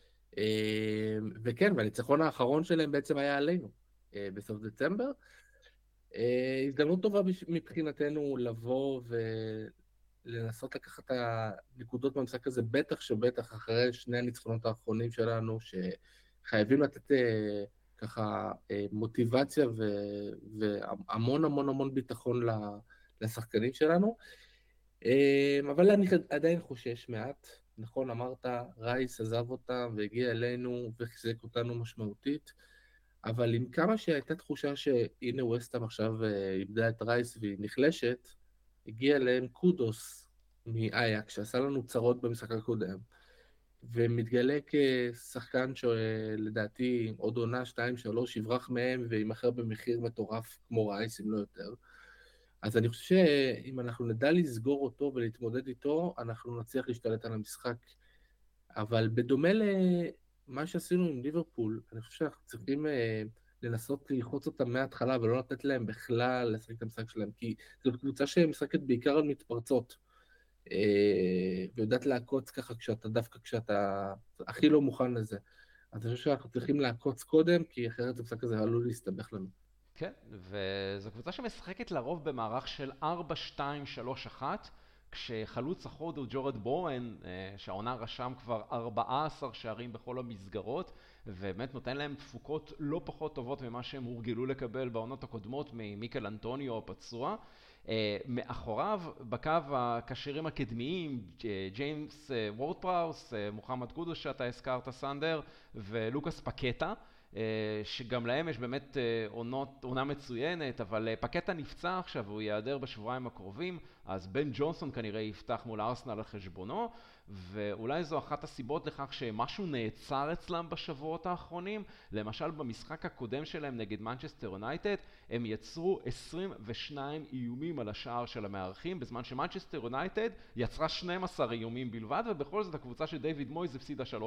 וכן, והניצחון האחרון שלהם בעצם היה עלינו, בסוף דצמבר. הזדמנות טובה מבחינתנו לבוא ולנסות לקחת את הנקודות במשחק הזה, בטח שבטח אחרי 2 הניצחונות האחרונים שלנו, שחייבים לתת ככה מוטיבציה והמון המון המון ביטחון לשחקנים שלנו. אבל אני עדיין חושש מעט, נכון, אמרת, רייס עזב אותם והגיע אלינו וחיזק אותנו משמעותית, אבל עם כמה שהייתה תחושה שהנה וסטהאם עכשיו איבדה את רייס והיא נחלשת, הגיע אליהם קודוס מאייקס, שעשה לנו צרות במשחק הקודם, ומתגלה כשחקן שלדעתי עוד עונה 2-3 יברח מהם וימחר במחיר מטורף כמו רייס, אם לא יותר. אז אני חושב שאם אנחנו נדע לסגור אותו ולהתמודד איתו, אנחנו נצליח להשתלט על המשחק. אבל בדומה למה שעשינו עם ליברפול, אני חושב שאנחנו צריכים לנסות ללחוץ אותם מההתחלה, ולא לתת להם בכלל לשחק את המשחק שלהם, כי זאת קבוצה שמשחקת בעיקר על מתפרצות, ויודעת לעקוץ ככה דווקא כשאתה הכי לא מוכן לזה. אז אני חושב שאנחנו צריכים לעקוץ קודם, כי אחרת המשחק הזה עלול להסתבך לנו. כן, וזו קבוצה שמשחקת לרוב במערך של 4-2-3-1, כשחלוץ החוד הוא ג'ורד בואן, שהעונה רשם כבר 14 שערים בכל המסגרות, ובאמת נותן להם תפוקות לא פחות טובות ממה שהם הורגלו לקבל בעונות הקודמות ממיקל אנטוניו הפצוע. מאחוריו, בקו הקשרים הקדמיים, ג'יימס וורד פראוס, מוחמד קודוש שאתה הזכרת סנדר, ולוקאס פקטה, שגם להם יש באמת עונה מצוינת, אבל פקטה נפצע עכשיו, הוא ייעדר בשבועיים הקרובים, אז בן ג'ונסון כנראה יפתח מול ארסנל על חשבונו, ואולי זו אחת הסיבות לכך שמשהו נעצר אצלם בשבועות האחרונים. למשל במשחק הקודם שלהם נגד מנצ'סטר יונייטד, הם יצרו 22 איומים על השער של המארחים, בזמן שמנצ'סטר יונייטד יצרה 12 איומים בלבד, ובכל זאת הקבוצה של דיוויד מויז הפסידה 3-0.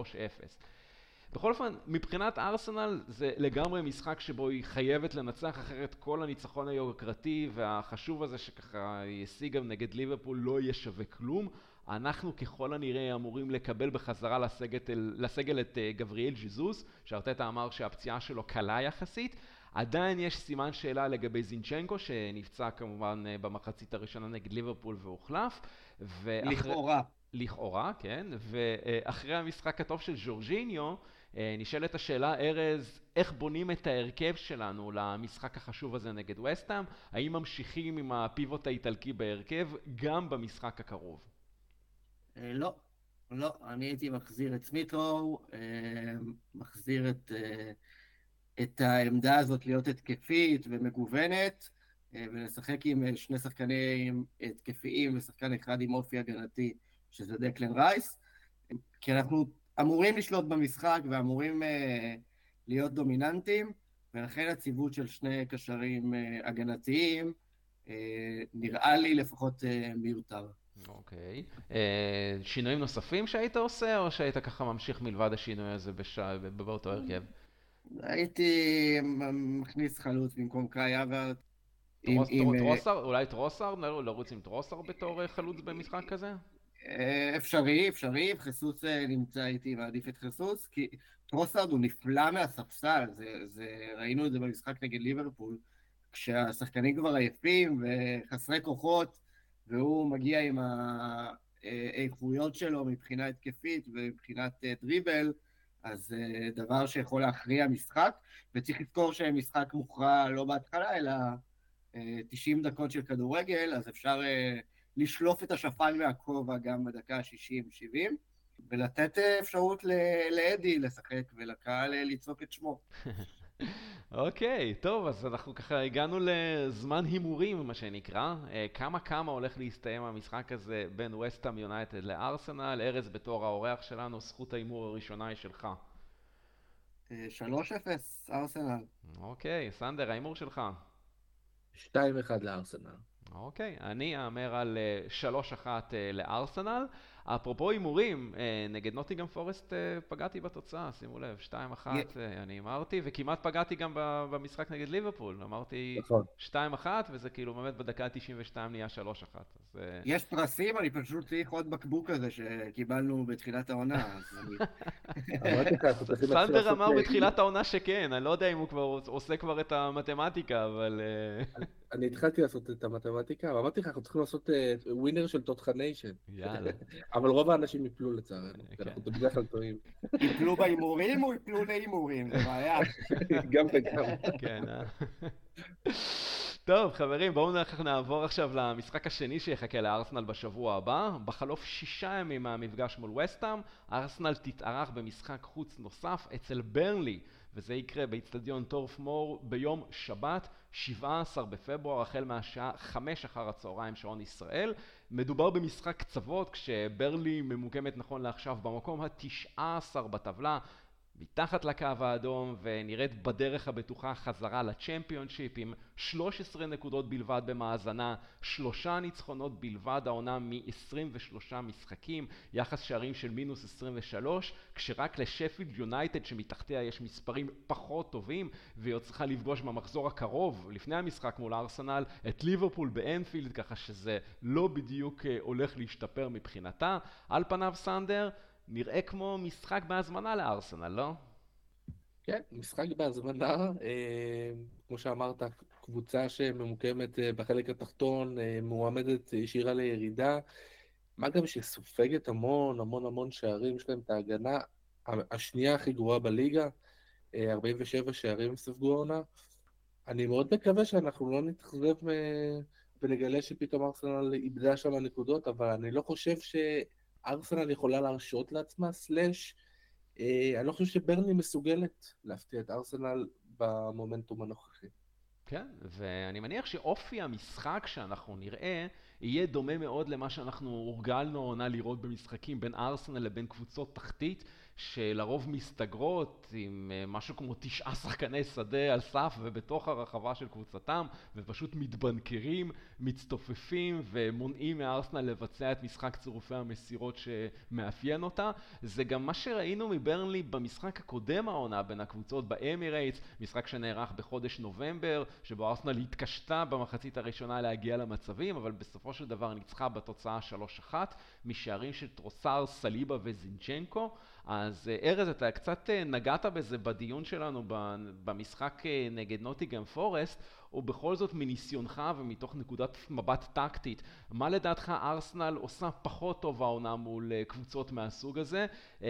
בכל אופן, מבחינת ארסנל זה לגמרי משחק שבו היא חייבת לנצח, אחרת כל הניצחון היוקרתי והחשוב הזה שככה היא השיגה נגד ליברפול לא יהיה שווה כלום. אנחנו ככל הנראה אמורים לקבל בחזרה לסגל את גבריאל ג'זוס, שארטטה אמר שהפציעה שלו קלה יחסית. עדיין יש סימן שאלה לגבי זינצ'נקו, שנפצע כמובן במחצית הראשונה נגד ליברפול והוחלף. לכאורה, כן. ואחרי המשחק הטוב של ז'ורג'יניו, נשאלת השאלה, ארז, איך בונים את ההרכב שלנו למשחק החשוב הזה נגד וסטהאם? האם ממשיכים עם הפיבוט האיטלקי בהרכב גם במשחק הקרוב? לא, אני הייתי מחזיר את סמית'רו, מחזיר את העמדה הזאת להיות התקפית ומגוונת, ולשחק עם שני שחקנים התקפיים ושחקן אחד עם אופי הגנתי, שזה דקלן רייס, כי אנחנו אמורים לשלוט במשחק ואמורים להיות דומיננטים, ולכן הציוות של שני קשרים הגנתיים נראה לי לפחות מיותר. אוקיי. שינויים נוספים שהיית עושה, או שהיית ככה ממשיך מלבד השינוי הזה באותו הרכב? הייתי מכניס חלוץ במקום קאי האוורט. אולי טרוסארד? לרוץ עם טרוסארד בתור חלוץ במשחק כזה? אפשרי, חסוס נמצא איתי, מעדיף את חסוס, כי טרוסארד הוא נפלא מהספסל, ראינו את זה במשחק נגד ליברפול, כשהשחקנים כבר עייפים וחסרי כוחות, והוא מגיע עם האיכויות שלו מבחינה התקפית ומבחינת דריבל, אז דבר שיכול להכריע משחק, וצריך לזכור שמשחק מוכרע לא בהתחלה, אלא 90 דקות של כדורגל, אז אפשר לשלוף את השפן מהכובע גם בדקה ה-60-70, ולתת אפשרות לאדי לשחק ולקהל לצעוק את שמו. אוקיי, טוב, אז אנחנו ככה הגענו לזמן הימורים, מה שנקרא. כמה הולך להסתיים המשחק הזה בין וסטהאם יונייטד לארסנל? ארז, בתור האורח שלנו, זכות ההימור הראשונה היא שלך. 3-0, ארסנל. אוקיי, סנדר, ההימור שלך? 2-1 לארסנל. אוקיי, אני אאמר על 3-1 לארסנל. אפרופו הימורים, נגד נוטינגהאם פורסט פגעתי בתוצאה, שימו לב, 2-1 אני אמרתי, וכמעט פגעתי גם במשחק נגד ליברפול, אמרתי 2-1, וזה כאילו באמת בדקה ה-92 נהיה 3-1. יש פרסים, אני פשוט צריך עוד בקבוק הזה שקיבלנו בתחילת העונה. סנדר אמר בתחילת העונה שכן, אני לא יודע אם הוא כבר עושה כבר את המתמטיקה, אבל... אני התחלתי לעשות את המתמטיקה, ואמרתי לך, אנחנו צריכים לעשות ווינר של טוטחניישן. יאללה. אבל רוב האנשים יפלו לצערנו, אנחנו בדרך כלל טועים. יפלו בהימורים או יפלו להימורים? זה בעיה. גם וגם. כן, טוב, חברים, בואו נעבור עכשיו למשחק השני שיחכה לארסנל בשבוע הבא. בחלוף 6 ימים מהמפגש מול וסטהאם, ארסנל תתארח במשחק חוץ נוסף אצל ברנלי, וזה יקרה באצטדיון טורף מור ביום שבת, 17 בפברואר, החל מהשעה 5 אחר הצהריים שעון ישראל. מדובר במשחק קצוות, כשברנלי ממוקמת נכון לעכשיו במקום ה-19 בטבלה, מתחת לקו האדום, ונראית בדרך הבטוחה חזרה לצ'מפיונשיפ עם 13 נקודות בלבד במאזנה, 3 ניצחונות בלבד העונה מ-23 משחקים, יחס שערים של מינוס 23, כשרק לשפילד יונייטד שמתחתיה יש מספרים פחות טובים, והיא צריכה לפגוש במחזור הקרוב, לפני המשחק מול ארסנל, את ליברפול באנפילד, ככה שזה לא בדיוק הולך להשתפר מבחינתה. על פניו סנדר, נראה כמו משחק בהזמנה לארסנל, לא? כן, משחק בהזמנה, כמו שאמרת, קבוצה שממוקמת בחלק התחתון, מועמדת ישירה לירידה, מה גם שסופגת המון המון המון שערים, יש להם את ההגנה השנייה הכי גרועה בליגה, 47 שערים ספגו העונה. אני מאוד מקווה שאנחנו לא נתאכזב ונגלה שפתאום ארסנל איבדה שם נקודות, אבל אני לא חושב שארסנל יכולה להרשות לעצמה, אני לא חושב שברני מסוגלת להפתיע את ארסנל במומנטום הנוכחי. כן, ואני מניח שאופי המשחק שאנחנו נראה יהיה דומה מאוד למה שאנחנו הורגלנו עונה לראות במשחקים בין ארסנל לבין קבוצות תחתית, שלרוב מסתגרות עם משהו כמו 9 שחקני שדה על סף ובתוך הרחבה של קבוצתם, ופשוט מתבנקרים, מצטופפים ומונעים מארסנל לבצע את משחק צירופי המסירות שמאפיין אותה. זה גם מה שראינו מברנלי במשחק הקודם העונה בין הקבוצות באמירייטס, משחק שנערך בחודש נובמבר, שבו ארסנל התקשתה במחצית הראשונה להגיע למצבים, אבל בסופו של דבר ניצחה בתוצאה 3-1 משערים של טרוסר, סליבה וזינצ'נקו. אז ארז, אתה קצת נגעת בזה בדיון שלנו במשחק נגד נוטינגהאם פורסט, ובכל זאת מניסיונך ומתוך נקודת מבט טקטית, מה לדעתך ארסנל עושה פחות טוב העונה מול קבוצות מהסוג הזה,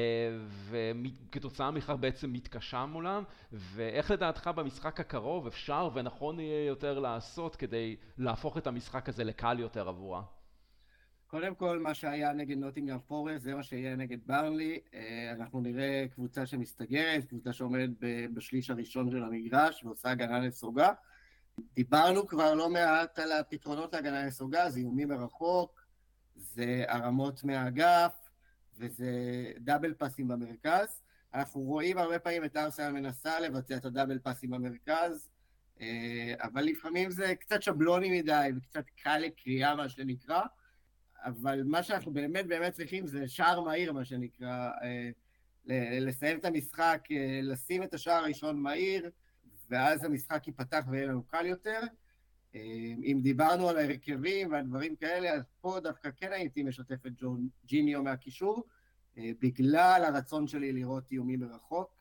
וכתוצאה מכך בעצם מתקשה מולם, ואיך לדעתך במשחק הקרוב אפשר ונכון יהיה יותר לעשות כדי להפוך את המשחק הזה לקל יותר עבורה? קודם כל, מה שהיה נגד נוטינגהאם פורסט, זה מה שיהיה נגד ברנלי. אנחנו נראה קבוצה שמסתגרת, קבוצה שעומדת בשליש הראשון של המגרש ועושה הגנה נסוגה. דיברנו כבר לא מעט על הפתרונות להגנה נסוגה, זה איומים מרחוק, זה הרמות מהאגף, וזה דאבל פאסים במרכז. אנחנו רואים הרבה פעמים את ארסנל מנסה לבצע את הדאבל פאסים במרכז, אבל לפעמים זה קצת שבלוני מדי וקצת קל לקריאה, מה שנקרא. אבל מה שאנחנו באמת באמת צריכים זה שער מהיר, מה שנקרא, לסיים את המשחק, לשים את השער הראשון מהיר, ואז המשחק ייפתח ויהיה לנו קל יותר. אם דיברנו על ההרכבים והדברים כאלה, אז פה דווקא כן הייתי משתף את ג'יניו מהקישור, בגלל הרצון שלי לראות איומים מרחוק.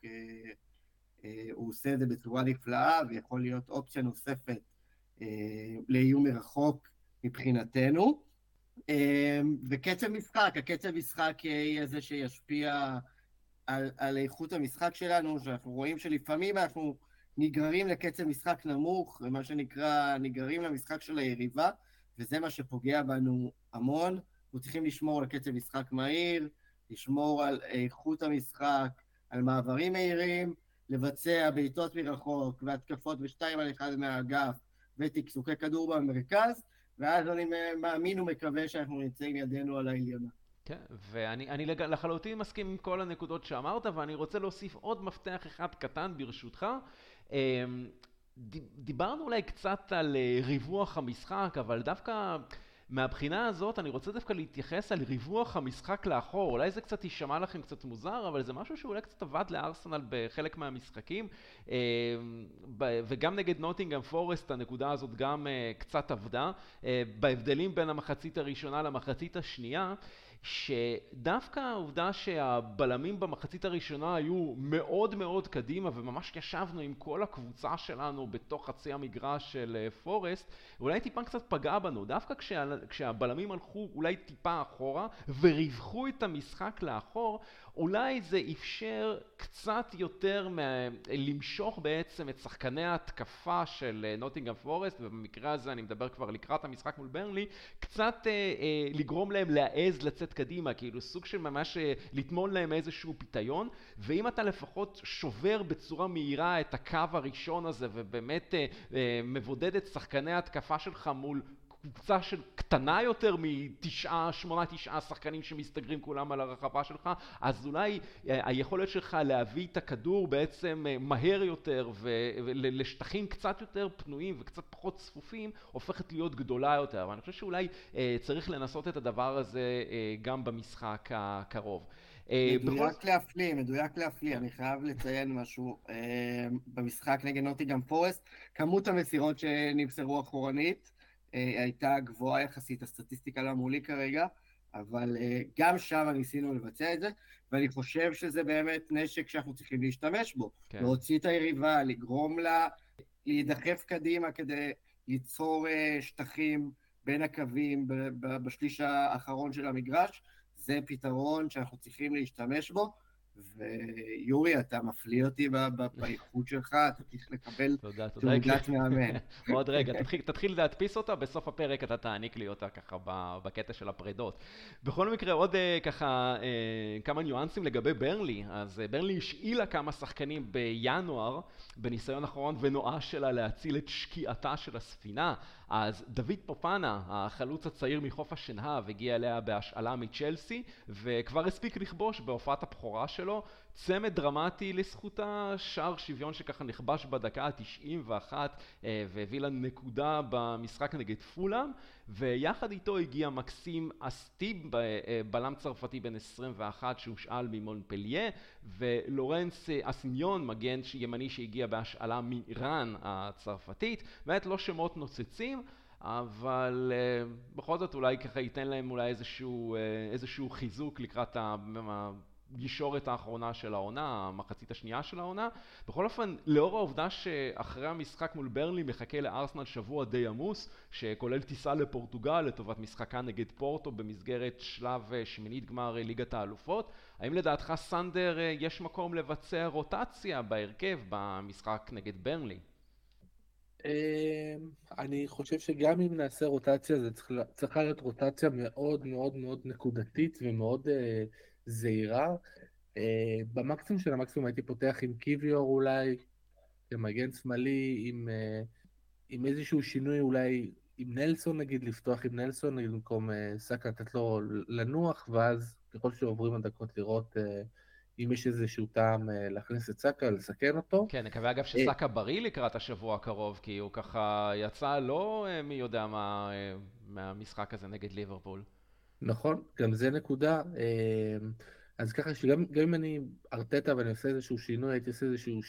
הוא עושה את זה בצורה נפלאה, ויכול להיות אופציה נוספת לאיום מרחוק מבחינתנו. וקצב משחק, הקצב משחק יהיה זה שישפיע על איכות המשחק שלנו, שאנחנו רואים שלפעמים אנחנו נגררים לקצב משחק נמוך, ומה שנקרא נגררים למשחק של היריבה, וזה מה שפוגע בנו המון. אנחנו צריכים לשמור על קצב משחק מהיר, לשמור על איכות המשחק, על מעברים מהירים, לבצע בעיטות מרחוק והתקפות בשתיים על אחד מהאגף ותקסוקי כדור במרכז, ואז אני מאמין ומקווה שאנחנו נצא עם ידינו על העליונה. כן, ואני לחלוטין מסכים עם כל הנקודות שאמרת, ואני רוצה להוסיף עוד מפתח אחד קטן ברשותך. דיברנו אולי קצת על ריווח המשחק, אבל דווקא מהבחינה הזאת אני רוצה דווקא להתייחס על ריווח המשחק לאחור. אולי זה קצת יישמע לכם קצת מוזר, אבל זה משהו שאולי קצת עבד לארסנל בחלק מהמשחקים, וגם נגד נוטינגהאם פורסט הנקודה הזאת גם קצת עבדה, בהבדלים בין המחצית הראשונה למחצית השנייה, שדווקא העובדה שהבלמים במחצית הראשונה היו מאוד מאוד קדימה וממש ישבנו עם כל הקבוצה שלנו בתוך חצי המגרש של פורסט, אולי טיפה קצת פגע בנו. דווקא כשהבלמים הלכו אולי טיפה אחורה וריווחו את המשחק לאחור, אולי זה אפשר קצת יותר למשוך בעצם את שחקני ההתקפה של נוטינגהאם פורסט, ובמקרה הזה אני מדבר כבר לקראת המשחק מול ברנלי, קצת לגרום להם להעז לצאת קדימה, כאילו סוג של ממש לטמון להם איזשהו פיתיון. ואם אתה לפחות שובר בצורה מהירה את הקו הראשון הזה ובאמת מבודד את שחקני ההתקפה שלך מול קבוצה של קטנה יותר מ9 שחקנים שמסתגרים כולם על הרחבה שלך, אז אולי היכולת שלך להביא את הכדור בעצם מהר יותר ולשטחים קצת יותר פנויים וקצת פחות צפופים הופכת להיות גדולה יותר. ואני חושב שאולי צריך לנסות את הדבר הזה גם במשחק הקרוב. מדויק להפליא, אני חייב לציין משהו. במשחק נגד נוטינגהאם פורסט, כמות המסירות שנמסרו אחורנית הייתה גבוהה יחסית, הסטטיסטיקה לא מולי כרגע, אבל גם שם ניסינו לבצע את זה, ואני חושב שזה באמת נשק שאנחנו צריכים להשתמש בו. כן. להוציא את היריבה, לגרום לה להידחף קדימה כדי ליצור שטחים בין הקווים בשליש האחרון של המגרש, זה פתרון שאנחנו צריכים להשתמש בו, ויורי, אתה מפליא אותי באיכות שלך, אתה צריך לקבל תעודת מאמן. עוד רגע, תתחיל להדפיס אותה, בסוף הפרק אתה תעניק לי אותה ככה בקטע של הפרידות. בכל מקרה, עוד ככה כמה ניואנסים לגבי ברנלי. אז ברנלי השאילה כמה שחקנים בינואר, בניסיון האחרון ונואש שלה להציל את שקיעתה של הספינה. אז דוד פופנה, החלוץ הצעיר מחוף השנהב, הגיע אליה בהשאלה מצ'לסי, וכבר הספיק לכבוש בהופעת הבכורה שלו. צמד דרמטי לזכותה, שער שוויון שככה נכבש בדקה ה-91 והביא לה נקודה במשחק נגד פולאם, ויחד איתו הגיע מקסים אסטיב, בלם צרפתי בן 21 שהושאל ממונפליה, ולורנס אסיניון, מגן ימני שהגיע בהשאלה מאיראן הצרפתית. באמת לא שמות נוצצים, אבל בכל זאת אולי ככה ייתן להם אולי איזשהו חיזוק לקראת הישורת האחרונה של העונה, המחצית השנייה של העונה. בכל אופן, לאור העובדה שאחרי המשחק מול ברנלי מחכה לארסנל שבוע די עמוס, שכולל טיסה לפורטוגל לטובת משחקה נגד פורטו במסגרת שלב שמינית גמר ליגת האלופות, האם לדעתך סנדר יש מקום לבצע רוטציה בהרכב במשחק נגד ברנלי? אני חושב שגם אם נעשה רוטציה, זה צריכה להיות רוטציה מאוד מאוד מאוד נקודתית ומאוד זהירה. במקסימום של המקסימום הייתי פותח עם קיוויור אולי, כמגן שמאלי, עם איזשהו שינוי אולי עם נלסון נגיד, לפתוח עם נלסון נגיד במקום סאקה, לתת לו לנוח, ואז ככל שעוברים הדקות לראות אם יש איזשהו טעם להכניס את סאקה, לסכן אותו. כן, נקווה אגב שסאקה בריא לקראת השבוע הקרוב, כי הוא ככה יצא לא מי יודע מה מהמשחק הזה נגד ליברפול. נכון, גם זה נקודה. אז ככה שגם אם אני ארטטה ואני עושה איזשהו שינוי, הייתי עושה איזשהו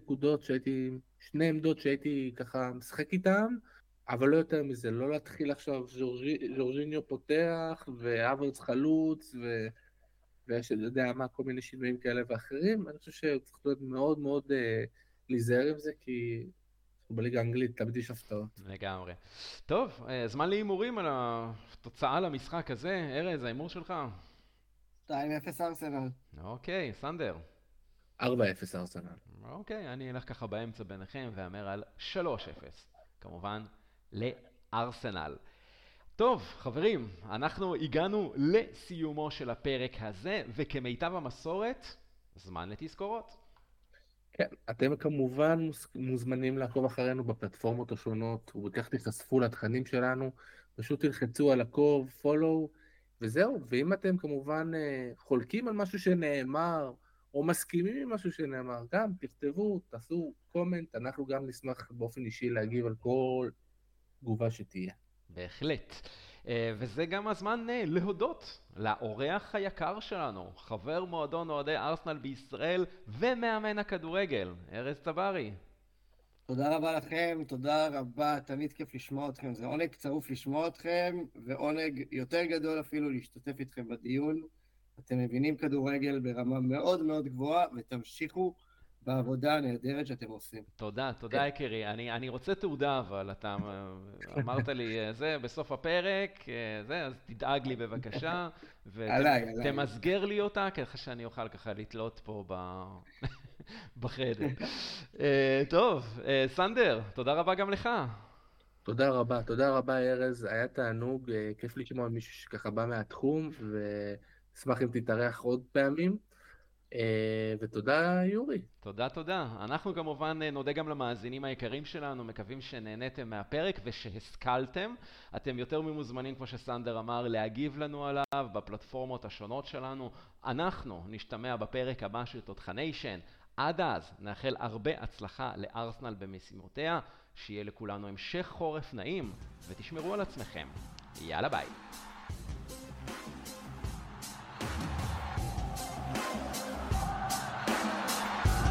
שני עמדות שהייתי ככה משחק איתם, אבל לא יותר מזה, לא להתחיל עכשיו ז'ורג'יניו פותח והוורץ חלוץ ויש יודע מה, כל מיני שינויים כאלה ואחרים. אני חושב שצריך להיות מאוד מאוד להיזהר עם זה, כי בליגה האנגלית תמיד יש הפתעות. לגמרי. טוב, זמן להימורים על התוצאה למשחק הזה. ארז, ההימור שלך? 2-0 ארסנל. אוקיי, סנדר? 4-0 ארסנל. אוקיי, אני אלך ככה באמצע ביניכם ואמר על 3-0. כמובן, לארסנל. טוב, חברים, אנחנו הגענו לסיומו של הפרק הזה, וכמיטב המסורת, זמן לתזכורות. כן, אתם כמובן מוזמנים לעקוב אחרינו בפלטפורמות השונות, ובכך תחשפו לתכנים שלנו, פשוט תלחצו על עקוב, פולו, וזהו. ואם אתם כמובן חולקים על משהו שנאמר, או מסכימים עם משהו שנאמר, גם תכתבו, תעשו קומנט, אנחנו גם נשמח באופן אישי להגיב על כל תגובה שתהיה. בהחלט. וזה גם הזמן להודות לאורח היקר שלנו, חבר מועדון אוהדי ארסנל בישראל ומאמן הכדורגל, ארז צברי. תודה רבה לכם, תודה רבה, תמיד כיף לשמוע אתכם, זה עונג צרוף לשמוע אתכם, ועונג יותר גדול אפילו להשתתף איתכם בדיון. אתם מבינים כדורגל ברמה מאוד מאוד גבוהה, ותמשיכו בעבודה הנהדרת שאתם עושים. תודה, תודה יקרי. אני רוצה תעודה, אבל אתה אמרת לי, זה בסוף הפרק, אז תדאג לי בבקשה, ותמסגר לי אותה, ככה שאני אוכל ככה לתלות פה בחדר. טוב, סנדר, תודה רבה גם לך. תודה רבה ארז, היה תענוג, כיף לשמוע מישהו שככה בא מהתחום, ואשמח אם תתארח עוד פעמים. ותודה יורי. תודה. אנחנו כמובן נודה גם למאזינים היקרים שלנו, מקווים שנהניתם מהפרק ושהשכלתם. אתם יותר ממוזמנים, כמו שסנדר אמר, להגיב לנו עליו בפלטפורמות השונות שלנו. אנחנו נשתמע בפרק הבא של תותחניישן. עד אז נאחל הרבה הצלחה לארסנל במשימותיה, שיהיה לכולנו המשך חורף נעים, ותשמרו על עצמכם. יאללה ביי.